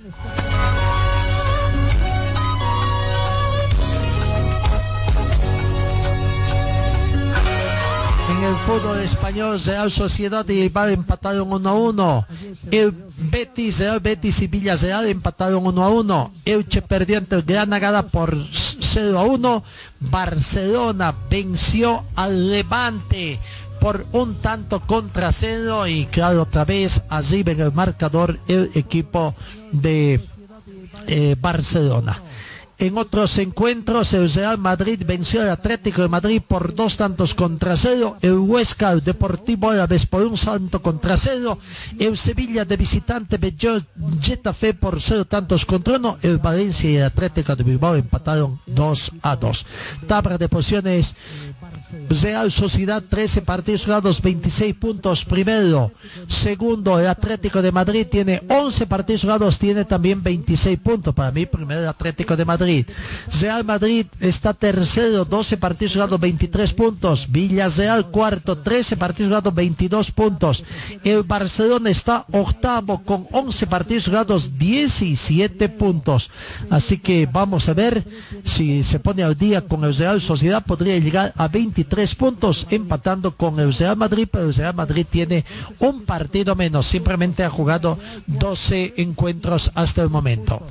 En el fútbol español, Real Sociedad y Eibar empataron 1-1. El Real Betis y Villarreal empataron 1-1. Elche perdió ante el Granada por 0-1. Barcelona venció al Levante por 1-0 y claro, otra vez arriba en el marcador el equipo de Barcelona. En otros encuentros, el Real Madrid venció al Atlético de Madrid por 2-0. El Huesca, el Deportivo Alavés por 1-0. El Sevilla de visitante venció al Getafe por 0-1. El Valencia y el Atlético de Bilbao empataron 2-2. Tabla de posiciones: Real Sociedad 13 partidos jugados, 26 puntos, primero. Segundo, el Atlético de Madrid tiene 11 partidos jugados, tiene también 26 puntos. Para mí, primero el Atlético de Madrid. Real Madrid está tercero, 12 partidos jugados, 23 puntos. Villarreal cuarto, 13 partidos jugados, 22 puntos. El Barcelona está octavo con 11 partidos jugados, 17 puntos. Así que vamos a ver si se pone al día con el Real Sociedad, podría llegar a 23 puntos, empatando con el Real Madrid, pero el Real Madrid tiene un partido menos, simplemente ha jugado 12 encuentros hasta el momento.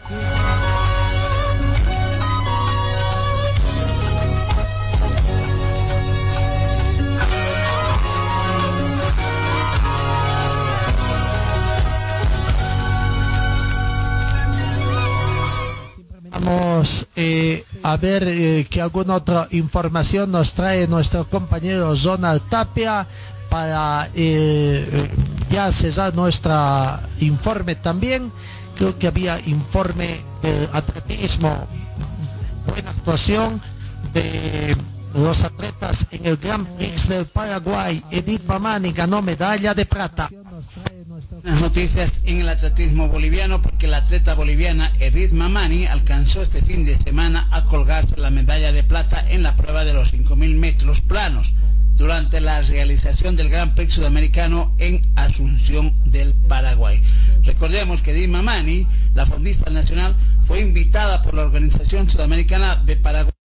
Vamos a ver que alguna otra información nos trae nuestro compañero Ronald Tapia para ya cesar nuestro informe también. Creo que había informe de atletismo, buena actuación de los atletas en el Grand Prix del Paraguay. Edith Mamani ganó medalla de plata. Las noticias en el atletismo boliviano, porque la atleta boliviana Edith Mamani alcanzó este fin de semana a colgarse la medalla de plata en la prueba de los 5.000 metros planos durante la realización del Gran Prix Sudamericano en Asunción del Paraguay. Recordemos que Edith Mamani, la fondista nacional, fue invitada por la Organización Sudamericana de Paraguay